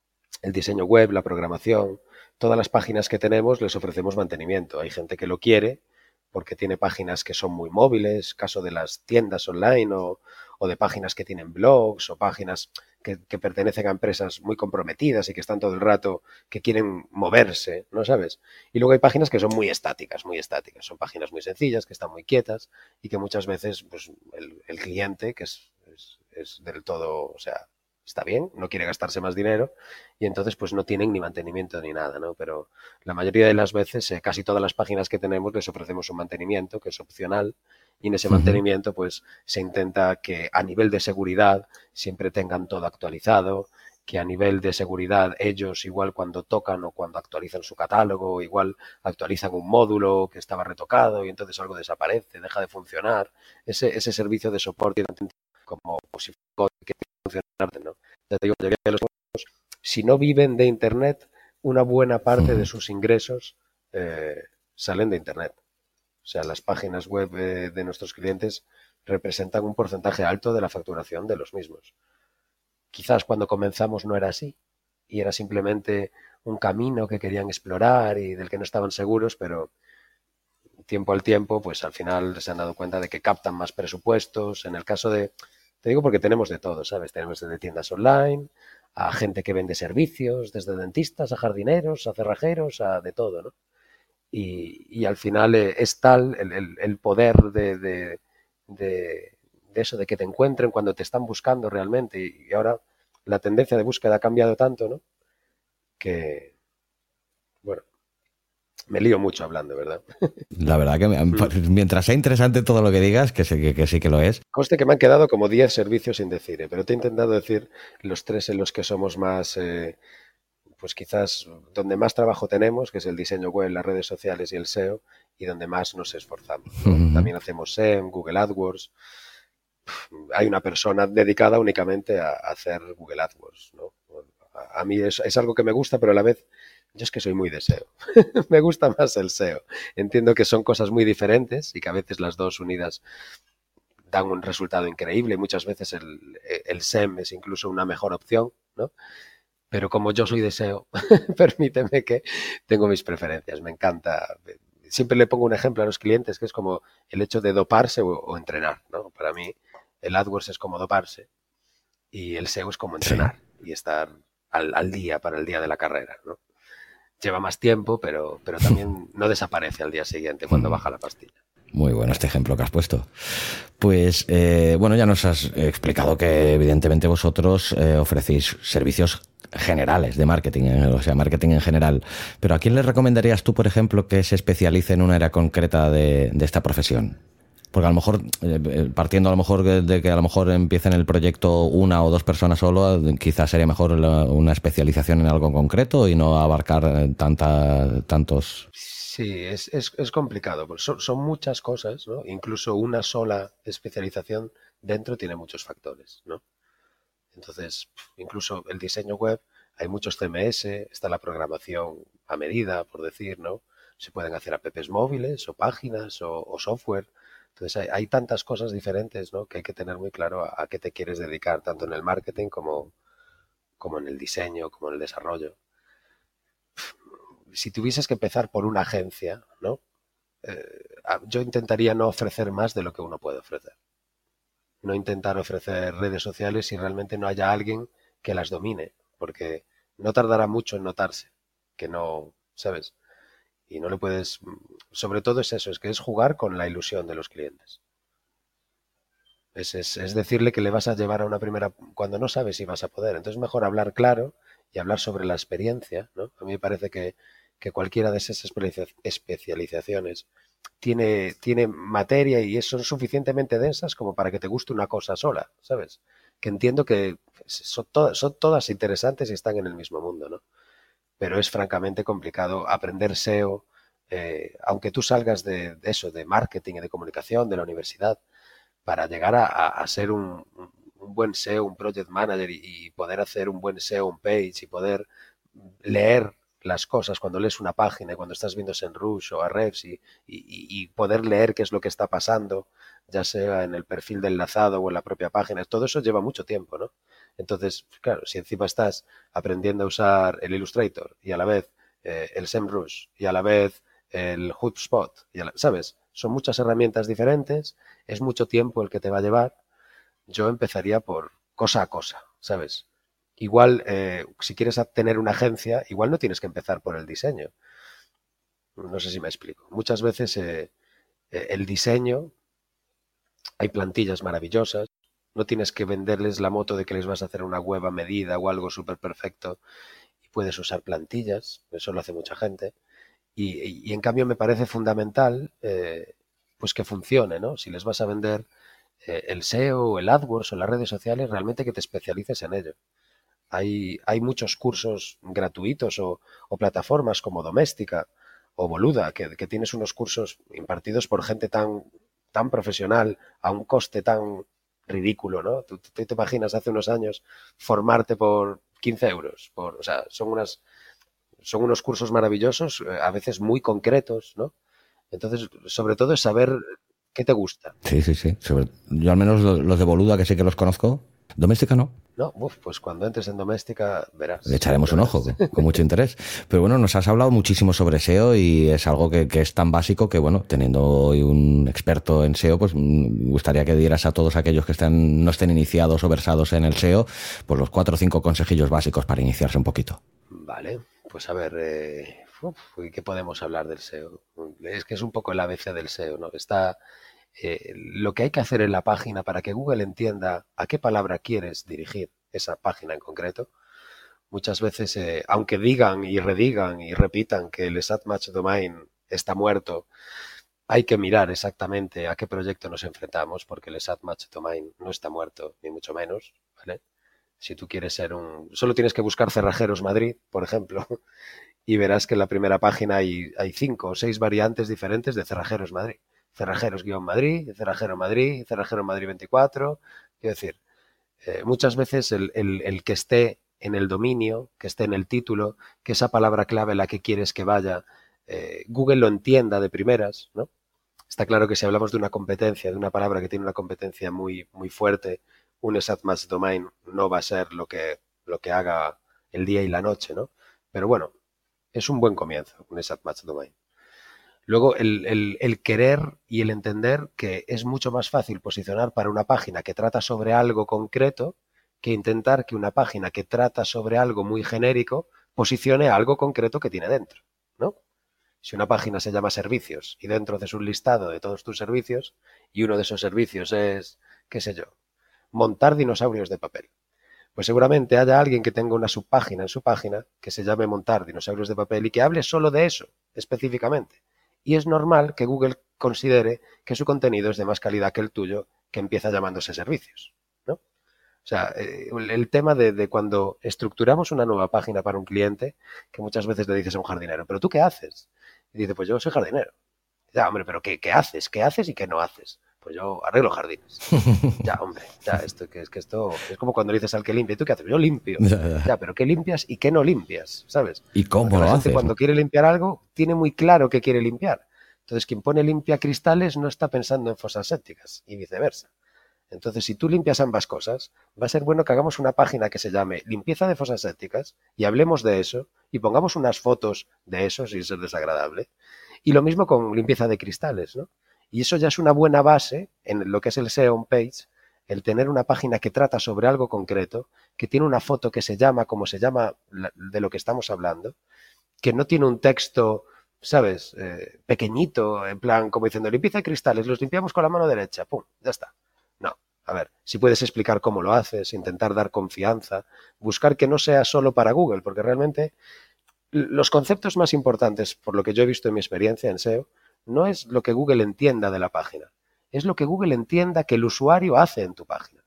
el diseño web, la programación, todas las páginas que tenemos les ofrecemos mantenimiento. Hay gente que lo quiere porque tiene páginas que son muy móviles, caso de las tiendas online o, o de páginas que tienen blogs o páginas que, que pertenecen a empresas muy comprometidas y que están todo el rato, que quieren moverse, ¿no sabes? Y luego hay páginas que son muy estáticas, muy estáticas. Son páginas muy sencillas, que están muy quietas y que muchas veces pues, el, el cliente, que es, es, es del todo, o sea, está bien, no quiere gastarse más dinero y entonces pues no tienen ni mantenimiento ni nada, ¿no? Pero la mayoría de las veces, eh, casi todas las páginas que tenemos les ofrecemos un mantenimiento que es opcional y en ese Ujú. mantenimiento pues se intenta que a nivel de seguridad siempre tengan todo actualizado, que a nivel de seguridad ellos igual cuando tocan o cuando actualizan su catálogo, igual actualizan un módulo que estaba retocado y entonces algo desaparece, deja de funcionar. Ese, ese servicio de soporte como pues, si que funcionar, ¿no? Ya te digo, la mayoría de los si no viven de Internet, una buena parte de Ujú. sus ingresos eh, salen de Internet. O sea, las páginas web eh, de nuestros clientes representan un porcentaje alto de la facturación de los mismos. Quizás cuando comenzamos no era así y era simplemente un camino que querían explorar y del que no estaban seguros, pero tiempo al tiempo, pues al final se han dado cuenta de que captan más presupuestos. En el caso de, te digo porque tenemos de todo, ¿sabes? Tenemos desde tiendas online, a gente que vende servicios, desde dentistas a jardineros, a cerrajeros, a de todo, ¿no? Y, y al final eh, es tal el, el, el poder de, de, de, de, eso, de que te encuentren cuando te están buscando realmente. Y, y ahora la tendencia de búsqueda ha cambiado tanto, ¿no? Que, bueno, me lío mucho hablando, ¿verdad? La verdad que me- mientras sea interesante todo lo que digas, que sí que, que sí que lo es. Conste que me han quedado como diez servicios sin decir, ¿eh? Pero te he intentado decir los tres en los que somos más, eh, pues quizás donde más trabajo tenemos, que es el diseño web, las redes sociales y el S E O, y donde más nos esforzamos, ¿no? Ujú. También hacemos S E M, Google AdWords. Hay una persona dedicada únicamente a, a hacer Google AdWords, ¿no? A, a mí es, es algo que me gusta, pero a la vez Yo es que soy muy de S E O. Me gusta más el S E O. Entiendo que son cosas muy diferentes y que a veces las dos unidas dan un resultado increíble. Muchas veces el, el S E M es incluso una mejor opción, ¿no? Pero como yo soy de S E O, permíteme que tengo mis preferencias. Me encanta. Siempre le pongo un ejemplo a los clientes que es como el hecho de doparse o, o entrenar, ¿no? Para mí el AdWords es como doparse y el S E O es como Sí. entrenar y estar al, al día para el día de la carrera, ¿no? Lleva más tiempo, pero, pero también no desaparece al día siguiente cuando baja la pastilla. Muy bueno este ejemplo que has puesto. Pues, eh, bueno, ya nos has explicado que evidentemente vosotros eh, ofrecéis servicios generales de marketing, eh, o sea, marketing en general. Pero ¿a quién le recomendarías tú, por ejemplo, que se especialice en una área concreta de, de esta profesión? Porque a lo mejor, eh, partiendo a lo mejor de que a lo mejor empiecen el proyecto una o dos personas solo, quizás sería mejor la, una especialización en algo concreto y no abarcar tanta, tantos... Sí, es, es, es complicado, porque son, son muchas cosas, ¿no? Incluso una sola especialización dentro tiene muchos factores, ¿no? Entonces, incluso el diseño web, hay muchos C M S, está la programación a medida, por decir, ¿no? Se pueden hacer apps móviles o páginas o, o software. Entonces, hay, hay tantas cosas diferentes, ¿no? Que hay que tener muy claro a, a qué te quieres dedicar, tanto en el marketing como, como en el diseño, como en el desarrollo. Si tuvieses que empezar por una agencia, ¿no? Eh, yo intentaría no ofrecer más de lo que uno puede ofrecer. No intentar ofrecer redes sociales si realmente no haya alguien que las domine, porque no tardará mucho en notarse que no, ¿sabes? Y no le puedes, sobre todo es eso, es que es jugar con la ilusión de los clientes. Es, es, es decirle que le vas a llevar a una primera, cuando no sabes si vas a poder. Entonces es mejor hablar claro y hablar sobre la experiencia, ¿no? A mí me parece que, que cualquiera de esas especializaciones tiene, tiene materia y son suficientemente densas como para que te guste una cosa sola, ¿sabes? Que entiendo que son, to son todas interesantes y están en el mismo mundo, ¿no? Pero es francamente complicado aprender S E O, eh, aunque tú salgas de, de eso, de marketing y de comunicación, de la universidad, para llegar a, a ser un, un, buen S E O, un project manager y, y poder hacer un buen S E O, un page y poder leer las cosas cuando lees una página y cuando estás viendo SEMrush o Ahrefs y, y, y poder leer qué es lo que está pasando, ya sea en el perfil de enlazado o en la propia página, todo eso lleva mucho tiempo, ¿no? Entonces, claro, si encima estás aprendiendo a usar el Illustrator y a la vez eh, el SEMrush y a la vez el HubSpot, y a la, ¿sabes? Son muchas herramientas diferentes, es mucho tiempo el que te va a llevar. Yo empezaría por cosa a cosa, ¿sabes? Igual, eh, si quieres tener una agencia, igual no tienes que empezar por el diseño. No sé si me explico. Muchas veces eh, eh, el diseño, hay plantillas maravillosas, no tienes que venderles la moto de que les vas a hacer una web a medida o algo súper perfecto y puedes usar plantillas, eso lo hace mucha gente. Y, y, y en cambio me parece fundamental eh, pues que funcione, ¿no? Si les vas a vender eh, el S E O, el AdWords o las redes sociales, realmente que te especialices en ello. Hay, hay muchos cursos gratuitos o, o plataformas como Doméstica o Boluda, que, que tienes unos cursos impartidos por gente tan, tan profesional a un coste tan ridículo, ¿no? Tú, tú te imaginas hace unos años formarte por quince euros, por, o sea, son unas, son unos cursos maravillosos, a veces muy concretos, ¿no? Entonces, sobre todo es saber qué te gusta. Sí, sí, sí. Sobre, yo al menos los, los de Boluda, que sí que los conozco. Doméstica no. No, uf, pues cuando entres en Doméstica Le verás. echaremos un verás. ojo, con, con mucho interés. Pero bueno, nos has hablado muchísimo sobre S E O y es algo que, que es tan básico que, bueno, teniendo hoy un experto en S E O, pues me gustaría que dieras a todos aquellos que estén, no estén iniciados o versados en el S E O, pues los cuatro o cinco consejillos básicos para iniciarse un poquito. Vale, pues a ver, eh, uf, ¿qué podemos hablar del S E O? Es que es un poco el A B C del S E O, ¿no? Está eh, lo que hay que hacer en la página para que Google entienda a qué palabra quieres dirigir esa página en concreto. Muchas veces, eh, aunque digan y redigan y repitan que el S A T Match Domain está muerto, hay que mirar exactamente a qué proyecto nos enfrentamos, porque el S A T Match Domain no está muerto, ni mucho menos, ¿vale? Si tú quieres ser un... Solo tienes que buscar Cerrajeros Madrid, por ejemplo, y verás que en la primera página hay, hay cinco o seis variantes diferentes de Cerrajeros Madrid. Cerrajeros-Madrid, Cerrajero Madrid, Cerrajero Madrid veinticuatro. Quiero decir, eh, muchas veces el, el, el que esté en el dominio, que esté en el título, que esa palabra clave la que quieres que vaya, eh, Google lo entienda de primeras, ¿no? Está claro que si hablamos de una competencia, de una palabra que tiene una competencia muy, muy fuerte, un exact match domain no va a ser lo que, lo que haga el día y la noche, ¿no? Pero bueno, es un buen comienzo, un exact match domain. Luego, el, el, el querer y el entender que es mucho más fácil posicionar para una página que trata sobre algo concreto que intentar que una página que trata sobre algo muy genérico posicione algo concreto que tiene dentro, ¿no? Si una página se llama servicios y dentro haces un listado de todos tus servicios y uno de esos servicios es, qué sé yo, montar dinosaurios de papel, pues seguramente haya alguien que tenga una subpágina en su página que se llame montar dinosaurios de papel y que hable solo de eso específicamente. Y es normal que Google considere que su contenido es de más calidad que el tuyo, que empieza llamándose servicios, ¿no? O sea, eh, el tema de, de cuando estructuramos una nueva página para un cliente, que muchas veces le dices a un jardinero, ¿pero tú qué haces? Y dice, pues yo soy jardinero. Ya, hombre, ¿pero qué, qué haces? ¿Qué haces y qué no haces? Pues yo arreglo jardines. Ya, hombre, ya, esto que es que esto es como cuando le dices al que limpia, ¿y tú qué haces? Yo limpio. Ya, ya. Ya, pero ¿qué limpias y qué no limpias? ¿Sabes? ¿Y cómo Porque lo la gente haces? cuando quiere limpiar algo tiene muy claro qué quiere limpiar. Entonces, quien pone limpia cristales no está pensando en fosas sépticas y viceversa. Entonces, si tú limpias ambas cosas, va a ser bueno que hagamos una página que se llame limpieza de fosas sépticas y hablemos de eso y pongamos unas fotos de eso sin ser desagradable. Y lo mismo con limpieza de cristales, ¿no? Y eso ya es una buena base en lo que es el S E O on page, el tener una página que trata sobre algo concreto, que tiene una foto que se llama como se llama de lo que estamos hablando, que no tiene un texto, ¿sabes? Eh, pequeñito, en plan, como diciendo, limpieza de cristales, los limpiamos con la mano derecha, pum, ya está. No, a ver, si puedes explicar cómo lo haces, intentar dar confianza, buscar que no sea solo para Google, porque realmente los conceptos más importantes, por lo que yo he visto en mi experiencia en S E O, no es lo que Google entienda de la página, es lo que Google entienda que el usuario hace en tu página.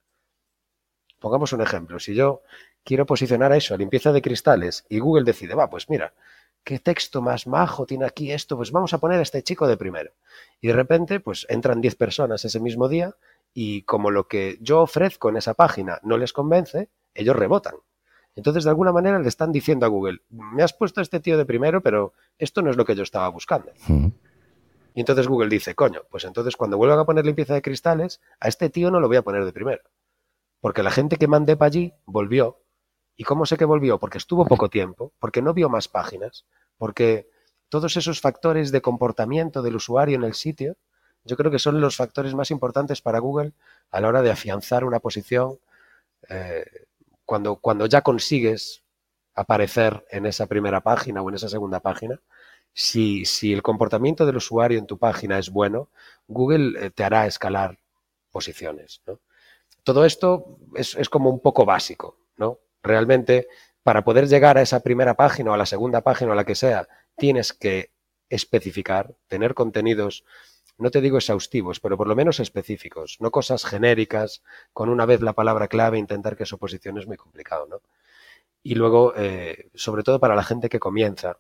Pongamos un ejemplo, si yo quiero posicionar a eso, a limpieza de cristales, y Google decide, va, pues mira, qué texto más majo tiene aquí esto, pues vamos a poner a este chico de primero. Y de repente, pues entran diez personas ese mismo día, y como lo que yo ofrezco en esa página no les convence, ellos rebotan. Entonces, de alguna manera le están diciendo a Google, me has puesto a este tío de primero, pero esto no es lo que yo estaba buscando. Uh-huh. Y entonces Google dice, coño, pues entonces cuando vuelvan a poner limpieza de cristales, a este tío no lo voy a poner de primero. Porque la gente que mandé para allí volvió. ¿Y cómo sé que volvió? Porque estuvo poco tiempo, porque no vio más páginas, porque todos esos factores de comportamiento del usuario en el sitio, yo creo que son los factores más importantes para Google a la hora de afianzar una posición eh, cuando, cuando ya consigues aparecer en esa primera página o en esa segunda página. Si, si el comportamiento del usuario en tu página es bueno, Google eh, te hará escalar posiciones, ¿no? Todo esto es, es como un poco básico, ¿no? Realmente, para poder llegar a esa primera página o a la segunda página o a la que sea, tienes que especificar, tener contenidos, no te digo exhaustivos, pero por lo menos específicos, no cosas genéricas, con una vez la palabra clave, intentar que eso posicione es muy complicado, ¿no? Y luego, eh, sobre todo para la gente que comienza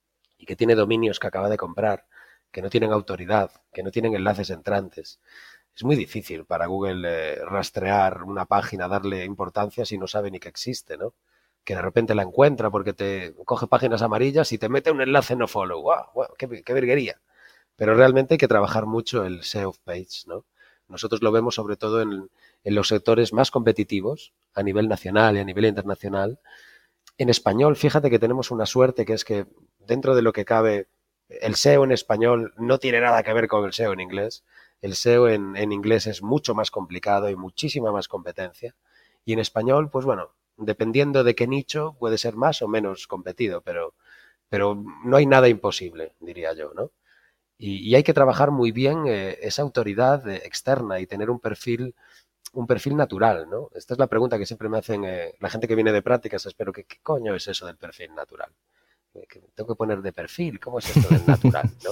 y que tiene dominios que acaba de comprar, que no tienen autoridad, que no tienen enlaces entrantes, es muy difícil para Google eh, rastrear una página, darle importancia si no sabe ni que existe, ¿no? Que de repente la encuentra porque te coge páginas amarillas y te mete un enlace no follow. ¡Wow! wow qué, ¡Qué virguería! Pero realmente hay que trabajar mucho el S E O page, ¿no? Nosotros lo vemos sobre todo en, en los sectores más competitivos a nivel nacional y a nivel internacional. En español, fíjate que tenemos una suerte que es que dentro de lo que cabe, el S E O en español no tiene nada que ver con el S E O en inglés. El S E O en, en inglés es mucho más complicado y muchísima más competencia. Y en español, pues bueno, dependiendo de qué nicho, puede ser más o menos competido, pero, pero no hay nada imposible, diría yo, ¿no? Y, y hay que trabajar muy bien eh, esa autoridad eh, externa y tener un perfil, un perfil natural, ¿no? Esta es la pregunta que siempre me hacen eh, la gente que viene de prácticas, espero que, ¿qué coño es eso del perfil natural? Que tengo que poner de perfil, ¿cómo es esto del natural, no?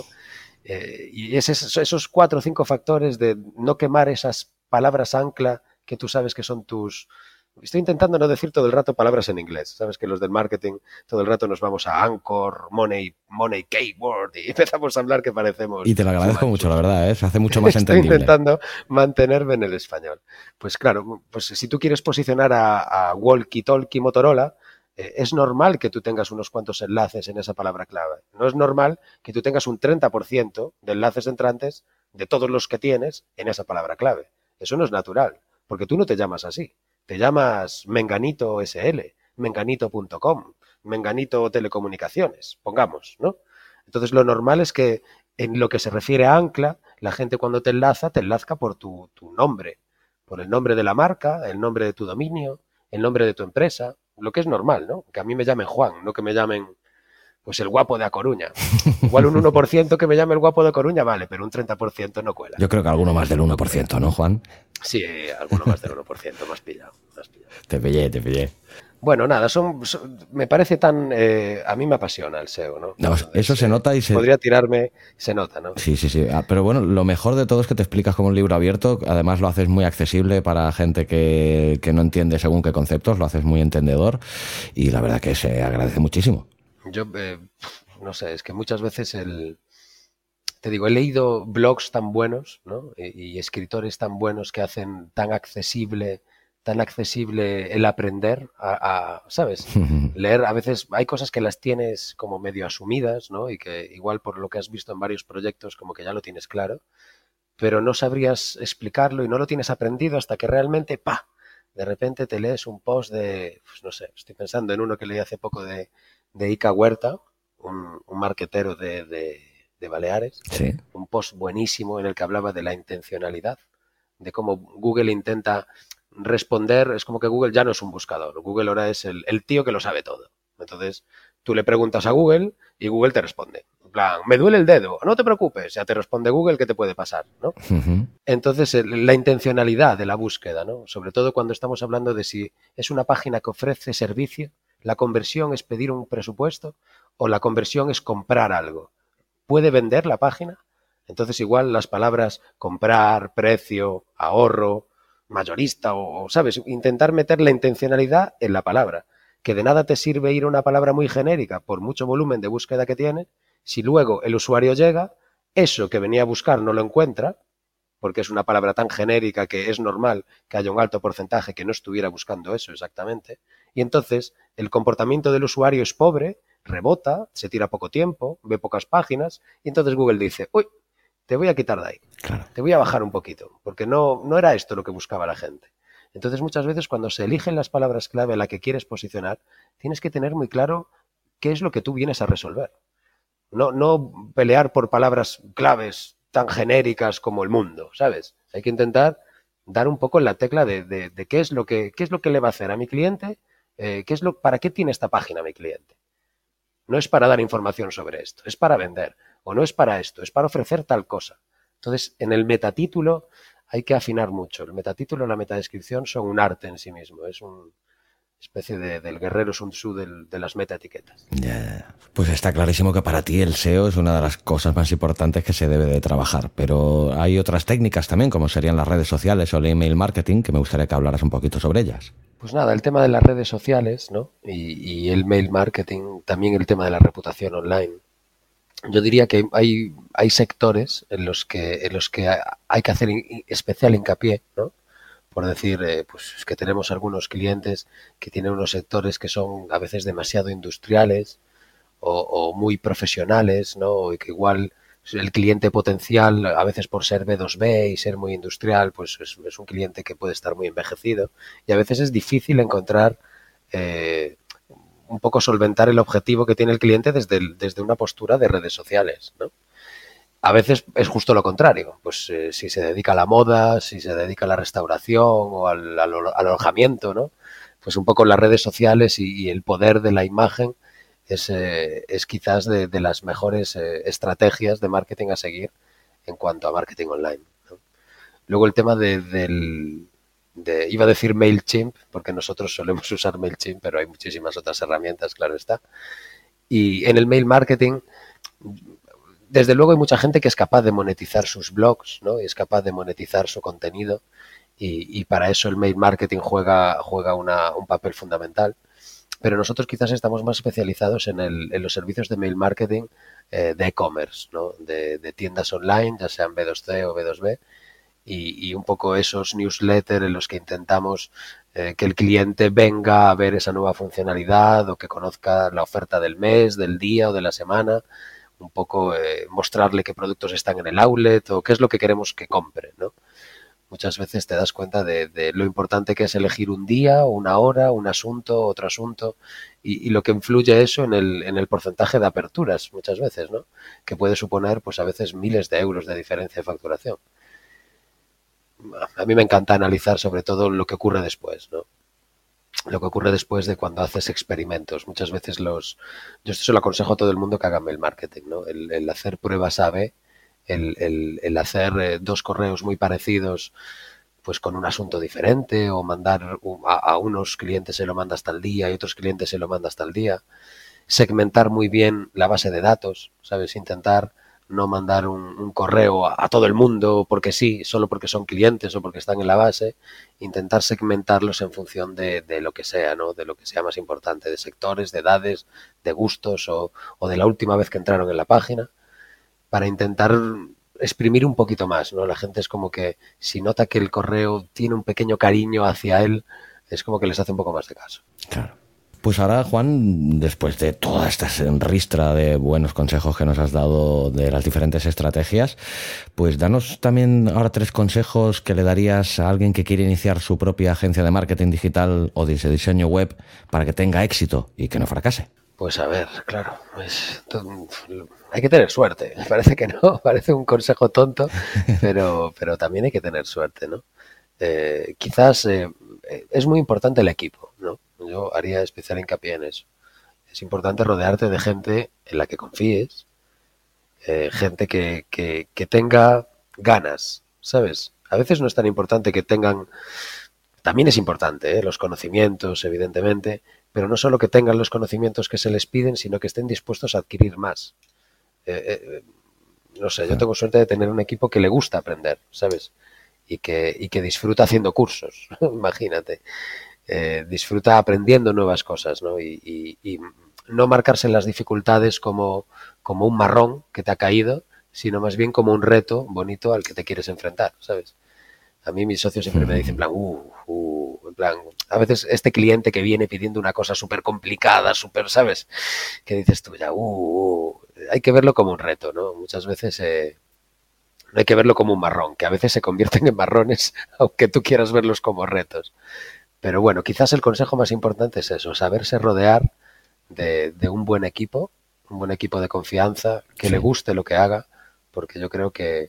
Eh, y es esos, esos cuatro o cinco factores de no quemar esas palabras ancla que tú sabes que son tus... Estoy intentando no decir todo el rato palabras en inglés. Sabes que los del marketing todo el rato nos vamos a Anchor, Money, Money Keyword y empezamos a hablar que parecemos... Y te lo agradezco humanos. mucho, la verdad, ¿eh? Se hace mucho más Estoy entendible. Estoy intentando mantenerme en el español. Pues claro, pues si tú quieres posicionar a, a Walkie Talkie Motorola, Eh, es normal que tú tengas unos cuantos enlaces en esa palabra clave. No es normal que tú tengas un treinta por ciento de enlaces entrantes de todos los que tienes en esa palabra clave. Eso no es natural, porque tú no te llamas así. Te llamas Menganito S L, menganito punto com, Menganito Telecomunicaciones, pongamos, ¿no? Entonces lo normal es que en lo que se refiere a ancla, la gente cuando te enlaza, te enlaza por tu, tu nombre, por el nombre de la marca, el nombre de tu dominio, el nombre de tu empresa, lo que es normal, ¿no? Que a mí me llamen Juan, no que me llamen, pues, el guapo de A Coruña. Igual un uno por ciento que me llame el guapo de Coruña, vale, pero un treinta por ciento no cuela. Yo creo que alguno más del uno por ciento, ¿no, Juan? Sí, alguno más del uno por ciento, más pillado, más pillado. Te pillé, te pillé. Bueno, nada, son, son me parece tan... Eh, a mí me apasiona el S E O, ¿no? No, Entonces, eso se nota y se... Podría tirarme, se nota, ¿no? Sí, sí, sí. Pero bueno, lo mejor de todo es que te explicas como un libro abierto. Además lo haces muy accesible para gente que, que no entiende según qué conceptos. Lo haces muy entendedor y la verdad que se agradece muchísimo. Yo, eh, no sé, es que muchas veces el... Te digo, he leído blogs tan buenos, ¿no? Y, y escritores tan buenos que hacen tan accesible... tan accesible el aprender a, a ¿sabes? Leer, a veces hay cosas que las tienes como medio asumidas, ¿no? Y que igual por lo que has visto en varios proyectos como que ya lo tienes claro, pero no sabrías explicarlo y no lo tienes aprendido hasta que realmente, ¡pa!, de repente te lees un post de, pues no sé, estoy pensando en uno que leí hace poco de, de Ica Huerta, un, un marquetero de, de, de Baleares, sí. Un post buenísimo en el que hablaba de la intencionalidad, de cómo Google intenta responder, es como que Google ya no es un buscador, Google ahora es el, el tío que lo sabe todo. Entonces, tú le preguntas a Google y Google te responde. En plan, me duele el dedo, no te preocupes, ya te responde Google qué te puede pasar, ¿no? Uh-huh. Entonces, la intencionalidad de la búsqueda, ¿no? Sobre todo cuando estamos hablando de si es una página que ofrece servicio, la conversión es pedir un presupuesto o la conversión es comprar algo. ¿Puede vender la página? Entonces, igual las palabras comprar, precio, ahorro, mayorista o, ¿sabes? Intentar meter la intencionalidad en la palabra. Que de nada te sirve ir a una palabra muy genérica por mucho volumen de búsqueda que tiene, si luego el usuario llega, eso que venía a buscar no lo encuentra, porque es una palabra tan genérica que es normal que haya un alto porcentaje que no estuviera buscando eso exactamente, y entonces el comportamiento del usuario es pobre, rebota, se tira poco tiempo, ve pocas páginas, y entonces Google dice, uy, te voy a quitar de ahí, claro. Te voy a bajar un poquito, porque no, no era esto lo que buscaba la gente. Entonces muchas veces cuando se eligen las palabras clave a la que quieres posicionar, tienes que tener muy claro qué es lo que tú vienes a resolver. No, no pelear por palabras claves tan genéricas como el mundo, ¿sabes? Hay que intentar dar un poco en la tecla de, de, de qué es lo que qué es lo que le va a hacer a mi cliente, eh, qué es lo, para qué tiene esta página mi cliente. No es para dar información sobre esto, es para vender. O no es para esto, es para ofrecer tal cosa. Entonces, en el metatítulo hay que afinar mucho. El metatítulo y la metadescripción son un arte en sí mismo. Es una especie de, del guerrero Sun Tzu del, de las metaetiquetas. Yeah. Pues está clarísimo que para ti el S E O es una de las cosas más importantes que se debe de trabajar. Pero hay otras técnicas también, como serían las redes sociales o el email marketing, que me gustaría que hablaras un poquito sobre ellas. Pues nada, el tema de las redes sociales, ¿no? y, y el mail marketing, también el tema de la reputación online. Yo diría que hay, hay sectores en los que en los que hay que hacer especial hincapié, ¿no? Por decir, eh, pues es que tenemos algunos clientes que tienen unos sectores que son a veces demasiado industriales o, o muy profesionales, ¿no? Y que igual el cliente potencial, a veces por ser B dos B y ser muy industrial, pues es, es un cliente que puede estar muy envejecido y a veces es difícil encontrar... Eh, un poco solventar el objetivo que tiene el cliente desde, el, desde una postura de redes sociales, ¿no? A veces es justo lo contrario, pues eh, si se dedica a la moda, si se dedica a la restauración o al, al, al alojamiento, ¿no? Pues un poco las redes sociales y, y el poder de la imagen es, eh, es quizás de, de las mejores eh, estrategias de marketing a seguir en cuanto a marketing online, ¿no? Luego el tema de, del... De, iba a decir MailChimp, porque nosotros solemos usar MailChimp, pero hay muchísimas otras herramientas, claro está. Y en el mail marketing, desde luego hay mucha gente que es capaz de monetizar sus blogs, ¿no? Y es capaz de monetizar su contenido y, y para eso el mail marketing juega, juega una, un papel fundamental. Pero nosotros quizás estamos más especializados en, el, en los servicios de mail marketing eh, de e-commerce, ¿no? De, de tiendas online, ya sean B dos C o B dos B, y, y un poco esos newsletters en los que intentamos eh, que el cliente venga a ver esa nueva funcionalidad o que conozca la oferta del mes, del día o de la semana, un poco eh, mostrarle qué productos están en el outlet o qué es lo que queremos que compre, ¿no? Muchas veces te das cuenta de, de lo importante que es elegir un día, una hora, un asunto, otro asunto, y, y lo que influye eso en el, en el porcentaje de aperturas, muchas veces, ¿no? Que puede suponer, pues a veces, miles de euros de diferencia de facturación. A mí me encanta analizar sobre todo lo que ocurre después, ¿no? Lo que ocurre después de cuando haces experimentos. Muchas veces los... Yo esto se lo aconsejo a todo el mundo que haga mail marketing, ¿no? El, el hacer pruebas A B, el, el, el hacer eh, dos correos muy parecidos pues con un asunto diferente o mandar a, a unos clientes se lo manda hasta el día y otros clientes se lo manda hasta el día. Segmentar muy bien la base de datos, ¿sabes? Intentar no mandar un, un correo a, a todo el mundo porque sí, solo porque son clientes o porque están en la base. Intentar segmentarlos en función de, de lo que sea, ¿no? De lo que sea más importante, de sectores, de edades, de gustos o, o de la última vez que entraron en la página, para intentar exprimir un poquito más, ¿no? La gente es como que si nota que el correo tiene un pequeño cariño hacia él, es como que les hace un poco más de caso. Claro. Pues ahora, Juan, después de toda esta ristra de buenos consejos que nos has dado de las diferentes estrategias, pues danos también ahora tres consejos que le darías a alguien que quiere iniciar su propia agencia de marketing digital o de diseño web para que tenga éxito y que no fracase. Pues a ver, claro, pues, hay que tener suerte. Parece que no, parece un consejo tonto, pero, pero también hay que tener suerte, ¿no? Eh, quizás eh, es muy importante el equipo, ¿no? Yo haría especial hincapié en eso. Es importante rodearte de gente en la que confíes, eh, gente que, que, que tenga ganas, ¿sabes? A veces no es tan importante que tengan... También es importante, ¿eh? Los conocimientos, evidentemente, pero no solo que tengan los conocimientos que se les piden, sino que estén dispuestos a adquirir más. Eh, eh, no sé, yo tengo suerte de tener un equipo que le gusta aprender, ¿sabes? Y que, y que disfruta haciendo cursos, imagínate. Eh, disfruta aprendiendo nuevas cosas, ¿no? Y, y, y no marcarse las dificultades como, como un marrón que te ha caído, sino más bien como un reto bonito al que te quieres enfrentar, ¿sabes? A mí mis socios siempre me dicen, en plan, uh, uh, en plan, a veces este cliente que viene pidiendo una cosa súper complicada, súper, ¿sabes? Que dices tú ya, uh, uh, hay que verlo como un reto, ¿no? Muchas veces eh, no hay que verlo como un marrón, que a veces se convierten en marrones, aunque tú quieras verlos como retos. Pero bueno, quizás el consejo más importante es eso, saberse rodear de, de un buen equipo, un buen equipo de confianza, que sí. Le guste lo que haga, porque yo creo que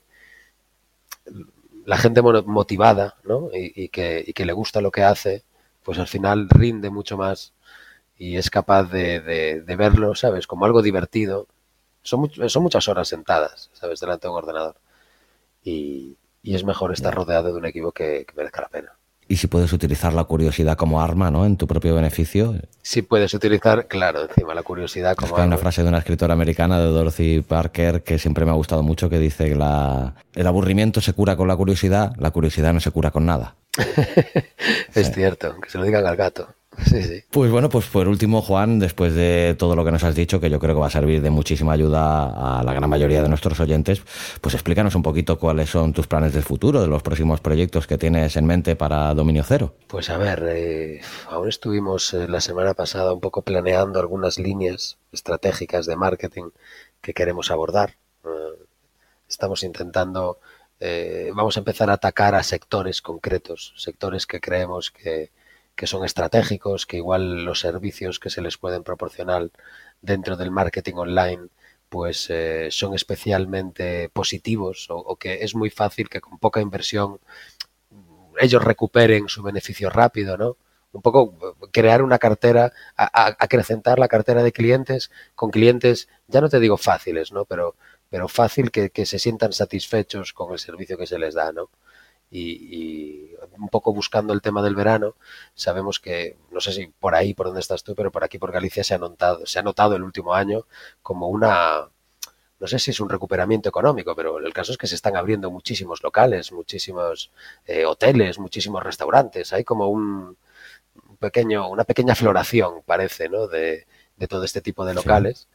la gente motivada, ¿no? y, y, que, y que le gusta lo que hace, pues al final rinde mucho más y es capaz de, de, de verlo, ¿sabes? Como algo divertido. Son, much, son muchas horas sentadas, ¿sabes? Delante de un ordenador. Y, y es mejor estar rodeado de un equipo que, que merezca la pena. Y si puedes utilizar la curiosidad como arma, ¿no? En tu propio beneficio. Si puedes utilizar, claro, encima la curiosidad como arma. Hay una arma. frase de una escritora americana, de Dorothy Parker, que siempre me ha gustado mucho, que dice que la, el aburrimiento se cura con la curiosidad, la curiosidad no se cura con nada. Es sí. Cierto, que se lo digan al gato. Sí, sí. Pues bueno, pues por último, Juan, después de todo lo que nos has dicho, que yo creo que va a servir de muchísima ayuda a la gran mayoría de nuestros oyentes, pues explícanos un poquito cuáles son tus planes del futuro, de los próximos proyectos que tienes en mente para Dominio Cero. Pues a ver, eh, aún estuvimos eh, la semana pasada un poco planeando algunas líneas estratégicas de marketing que queremos abordar. Eh, estamos intentando, eh, vamos a empezar a atacar a sectores concretos, sectores que creemos que que son estratégicos, que igual los servicios que se les pueden proporcionar dentro del marketing online pues eh, son especialmente positivos o, o que es muy fácil que con poca inversión ellos recuperen su beneficio rápido, ¿no? Un poco crear una cartera, a, a, acrecentar la cartera de clientes con clientes, ya no te digo fáciles, ¿no? Pero, pero fácil que, que se sientan satisfechos con el servicio que se les da, ¿no? Y, y un poco buscando el tema del verano, sabemos que, no sé si por ahí, por donde estás tú, pero por aquí, por Galicia, se ha notado, se ha notado el último año como una, no sé si es un recuperamiento económico, pero el caso es que se están abriendo muchísimos locales, muchísimos eh, hoteles, muchísimos restaurantes, hay como un pequeño, una pequeña floración, parece, ¿no? De, de todo este tipo de locales. Sí.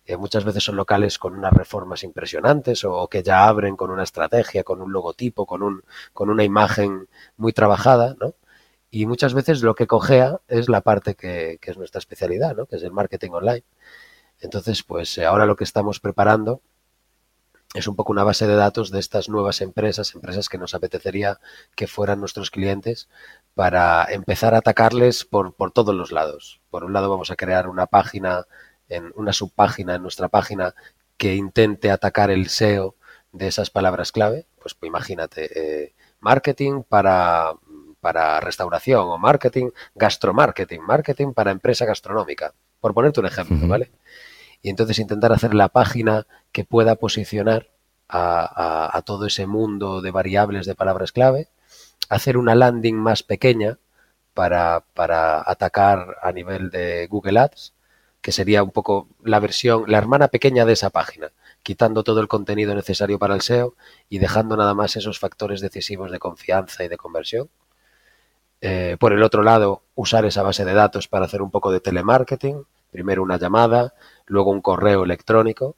Eh, muchas veces son locales con unas reformas impresionantes o, o que ya abren con una estrategia, con un logotipo, con, un, con una imagen muy trabajada, ¿no? Y muchas veces lo que cojea es la parte que, que es nuestra especialidad, ¿no? Que es el marketing online. Entonces, pues ahora lo que estamos preparando es un poco una base de datos de estas nuevas empresas, empresas que nos apetecería que fueran nuestros clientes, para empezar a atacarles por, por todos los lados. Por un lado vamos a crear una página, en una subpágina en nuestra página que intente atacar el S E O de esas palabras clave. Pues, pues imagínate, eh, marketing para, para restauración o marketing, gastromarketing, marketing para empresa gastronómica, por ponerte un ejemplo, uh-huh. ¿vale? Y entonces intentar hacer la página que pueda posicionar a, a, a todo ese mundo de variables de palabras clave, hacer una landing más pequeña para, para atacar a nivel de Google Ads, que sería un poco la versión, la hermana pequeña de esa página, quitando todo el contenido necesario para el S E O y dejando nada más esos factores decisivos de confianza y de conversión. Eh, por el otro lado, usar esa base de datos para hacer un poco de telemarketing, primero una llamada, luego un correo electrónico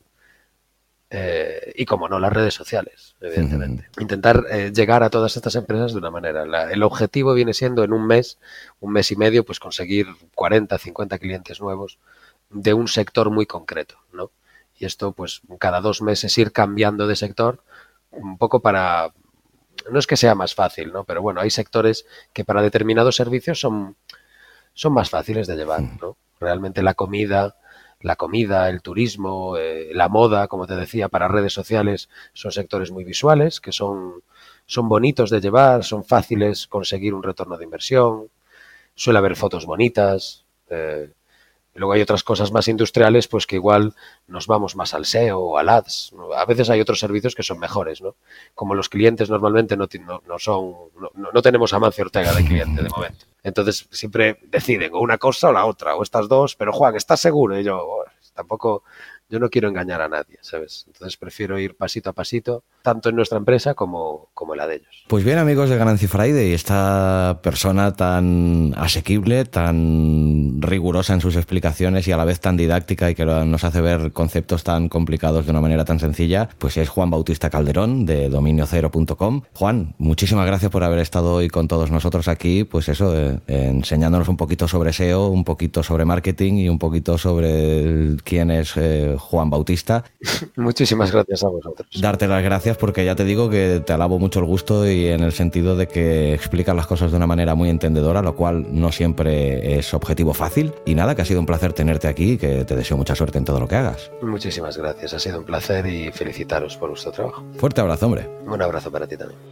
eh, y, como no, las redes sociales, evidentemente. Uh-huh. Intentar eh, llegar a todas estas empresas de una manera. La, el objetivo viene siendo en un mes, un mes y medio, pues conseguir cuarenta, cincuenta clientes nuevos de un sector muy concreto, ¿no? Y esto, pues, cada dos meses ir cambiando de sector un poco para... No es que sea más fácil, ¿no? Pero bueno, hay sectores que para determinados servicios son, son más fáciles de llevar, ¿no? Realmente la comida, la comida, el turismo, eh, la moda, como te decía, para redes sociales son sectores muy visuales, que son, son bonitos de llevar, son fáciles conseguir un retorno de inversión, suele haber fotos bonitas. Eh, luego hay otras cosas más industriales, pues que igual nos vamos más al S E O o al Ads, ¿no? A veces hay otros servicios que son mejores, ¿no? Como los clientes normalmente no, no, no son, no, no tenemos a Amancio Ortega de cliente de momento. Entonces siempre deciden o una cosa o la otra, o estas dos, pero Juan, ¿estás seguro? Y yo, oh, tampoco, yo no quiero engañar a nadie, ¿sabes? Entonces prefiero ir pasito a pasito, tanto en nuestra empresa como, como en la de ellos. Pues bien, amigos de Ganancia Friday, esta persona tan asequible, tan rigurosa en sus explicaciones y a la vez tan didáctica y que nos hace ver conceptos tan complicados de una manera tan sencilla, pues es Juan Bautista Calderón de dominio cero punto com. Juan, muchísimas gracias por haber estado hoy con todos nosotros aquí, pues eso, eh, enseñándonos un poquito sobre S E O, un poquito sobre marketing y un poquito sobre quién es eh, Juan Bautista. Muchísimas gracias a vosotros. Darte las gracias porque ya te digo que te alabo mucho el gusto y en el sentido de que explicas las cosas de una manera muy entendedora, lo cual no siempre es objetivo fácil. Y nada, que ha sido un placer tenerte aquí y que te deseo mucha suerte en todo lo que hagas. Muchísimas gracias, ha sido un placer y felicitaros por vuestro trabajo. Fuerte abrazo, hombre. Un abrazo para ti también.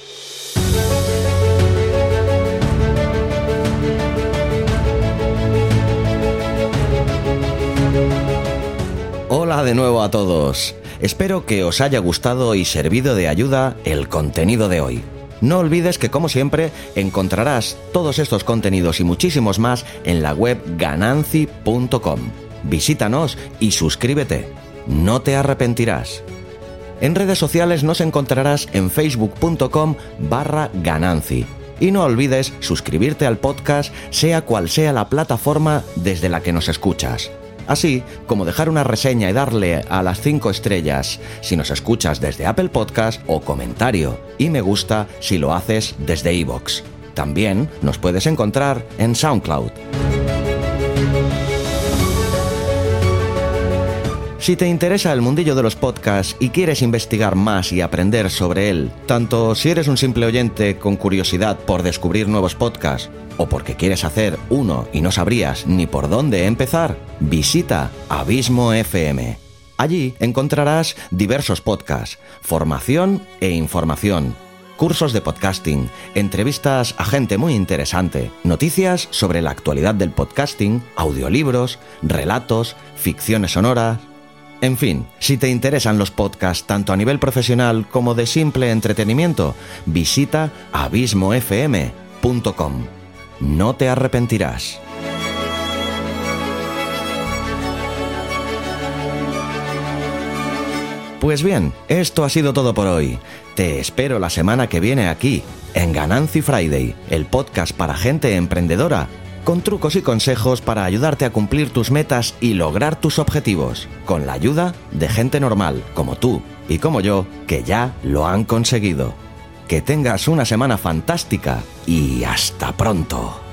Hola de nuevo a todos. Espero que os haya gustado y servido de ayuda el contenido de hoy. No olvides que, como siempre, encontrarás todos estos contenidos y muchísimos más en la web gananci punto com. Visítanos y suscríbete. No te arrepentirás. En redes sociales nos encontrarás en facebook punto com barra gananci. Y no olvides suscribirte al podcast, sea cual sea la plataforma desde la que nos escuchas. Así como dejar una reseña y darle a las cinco estrellas si nos escuchas desde Apple Podcast o comentario y me gusta si lo haces desde iVoox. También nos puedes encontrar en SoundCloud. Si te interesa el mundillo de los podcasts y quieres investigar más y aprender sobre él, tanto si eres un simple oyente con curiosidad por descubrir nuevos podcasts, o porque quieres hacer uno y no sabrías ni por dónde empezar, visita Abismo F M. Allí encontrarás diversos podcasts, formación e información, cursos de podcasting, entrevistas a gente muy interesante, noticias sobre la actualidad del podcasting, audiolibros, relatos, ficciones sonoras. En fin, si te interesan los podcasts tanto a nivel profesional como de simple entretenimiento, visita abismo f m punto com. No te arrepentirás. Pues bien, esto ha sido todo por hoy. Te espero la semana que viene aquí, en Gananci Friday, el podcast para gente emprendedora con trucos y consejos para ayudarte a cumplir tus metas y lograr tus objetivos, con la ayuda de gente normal, como tú y como yo, que ya lo han conseguido. Que tengas una semana fantástica y hasta pronto.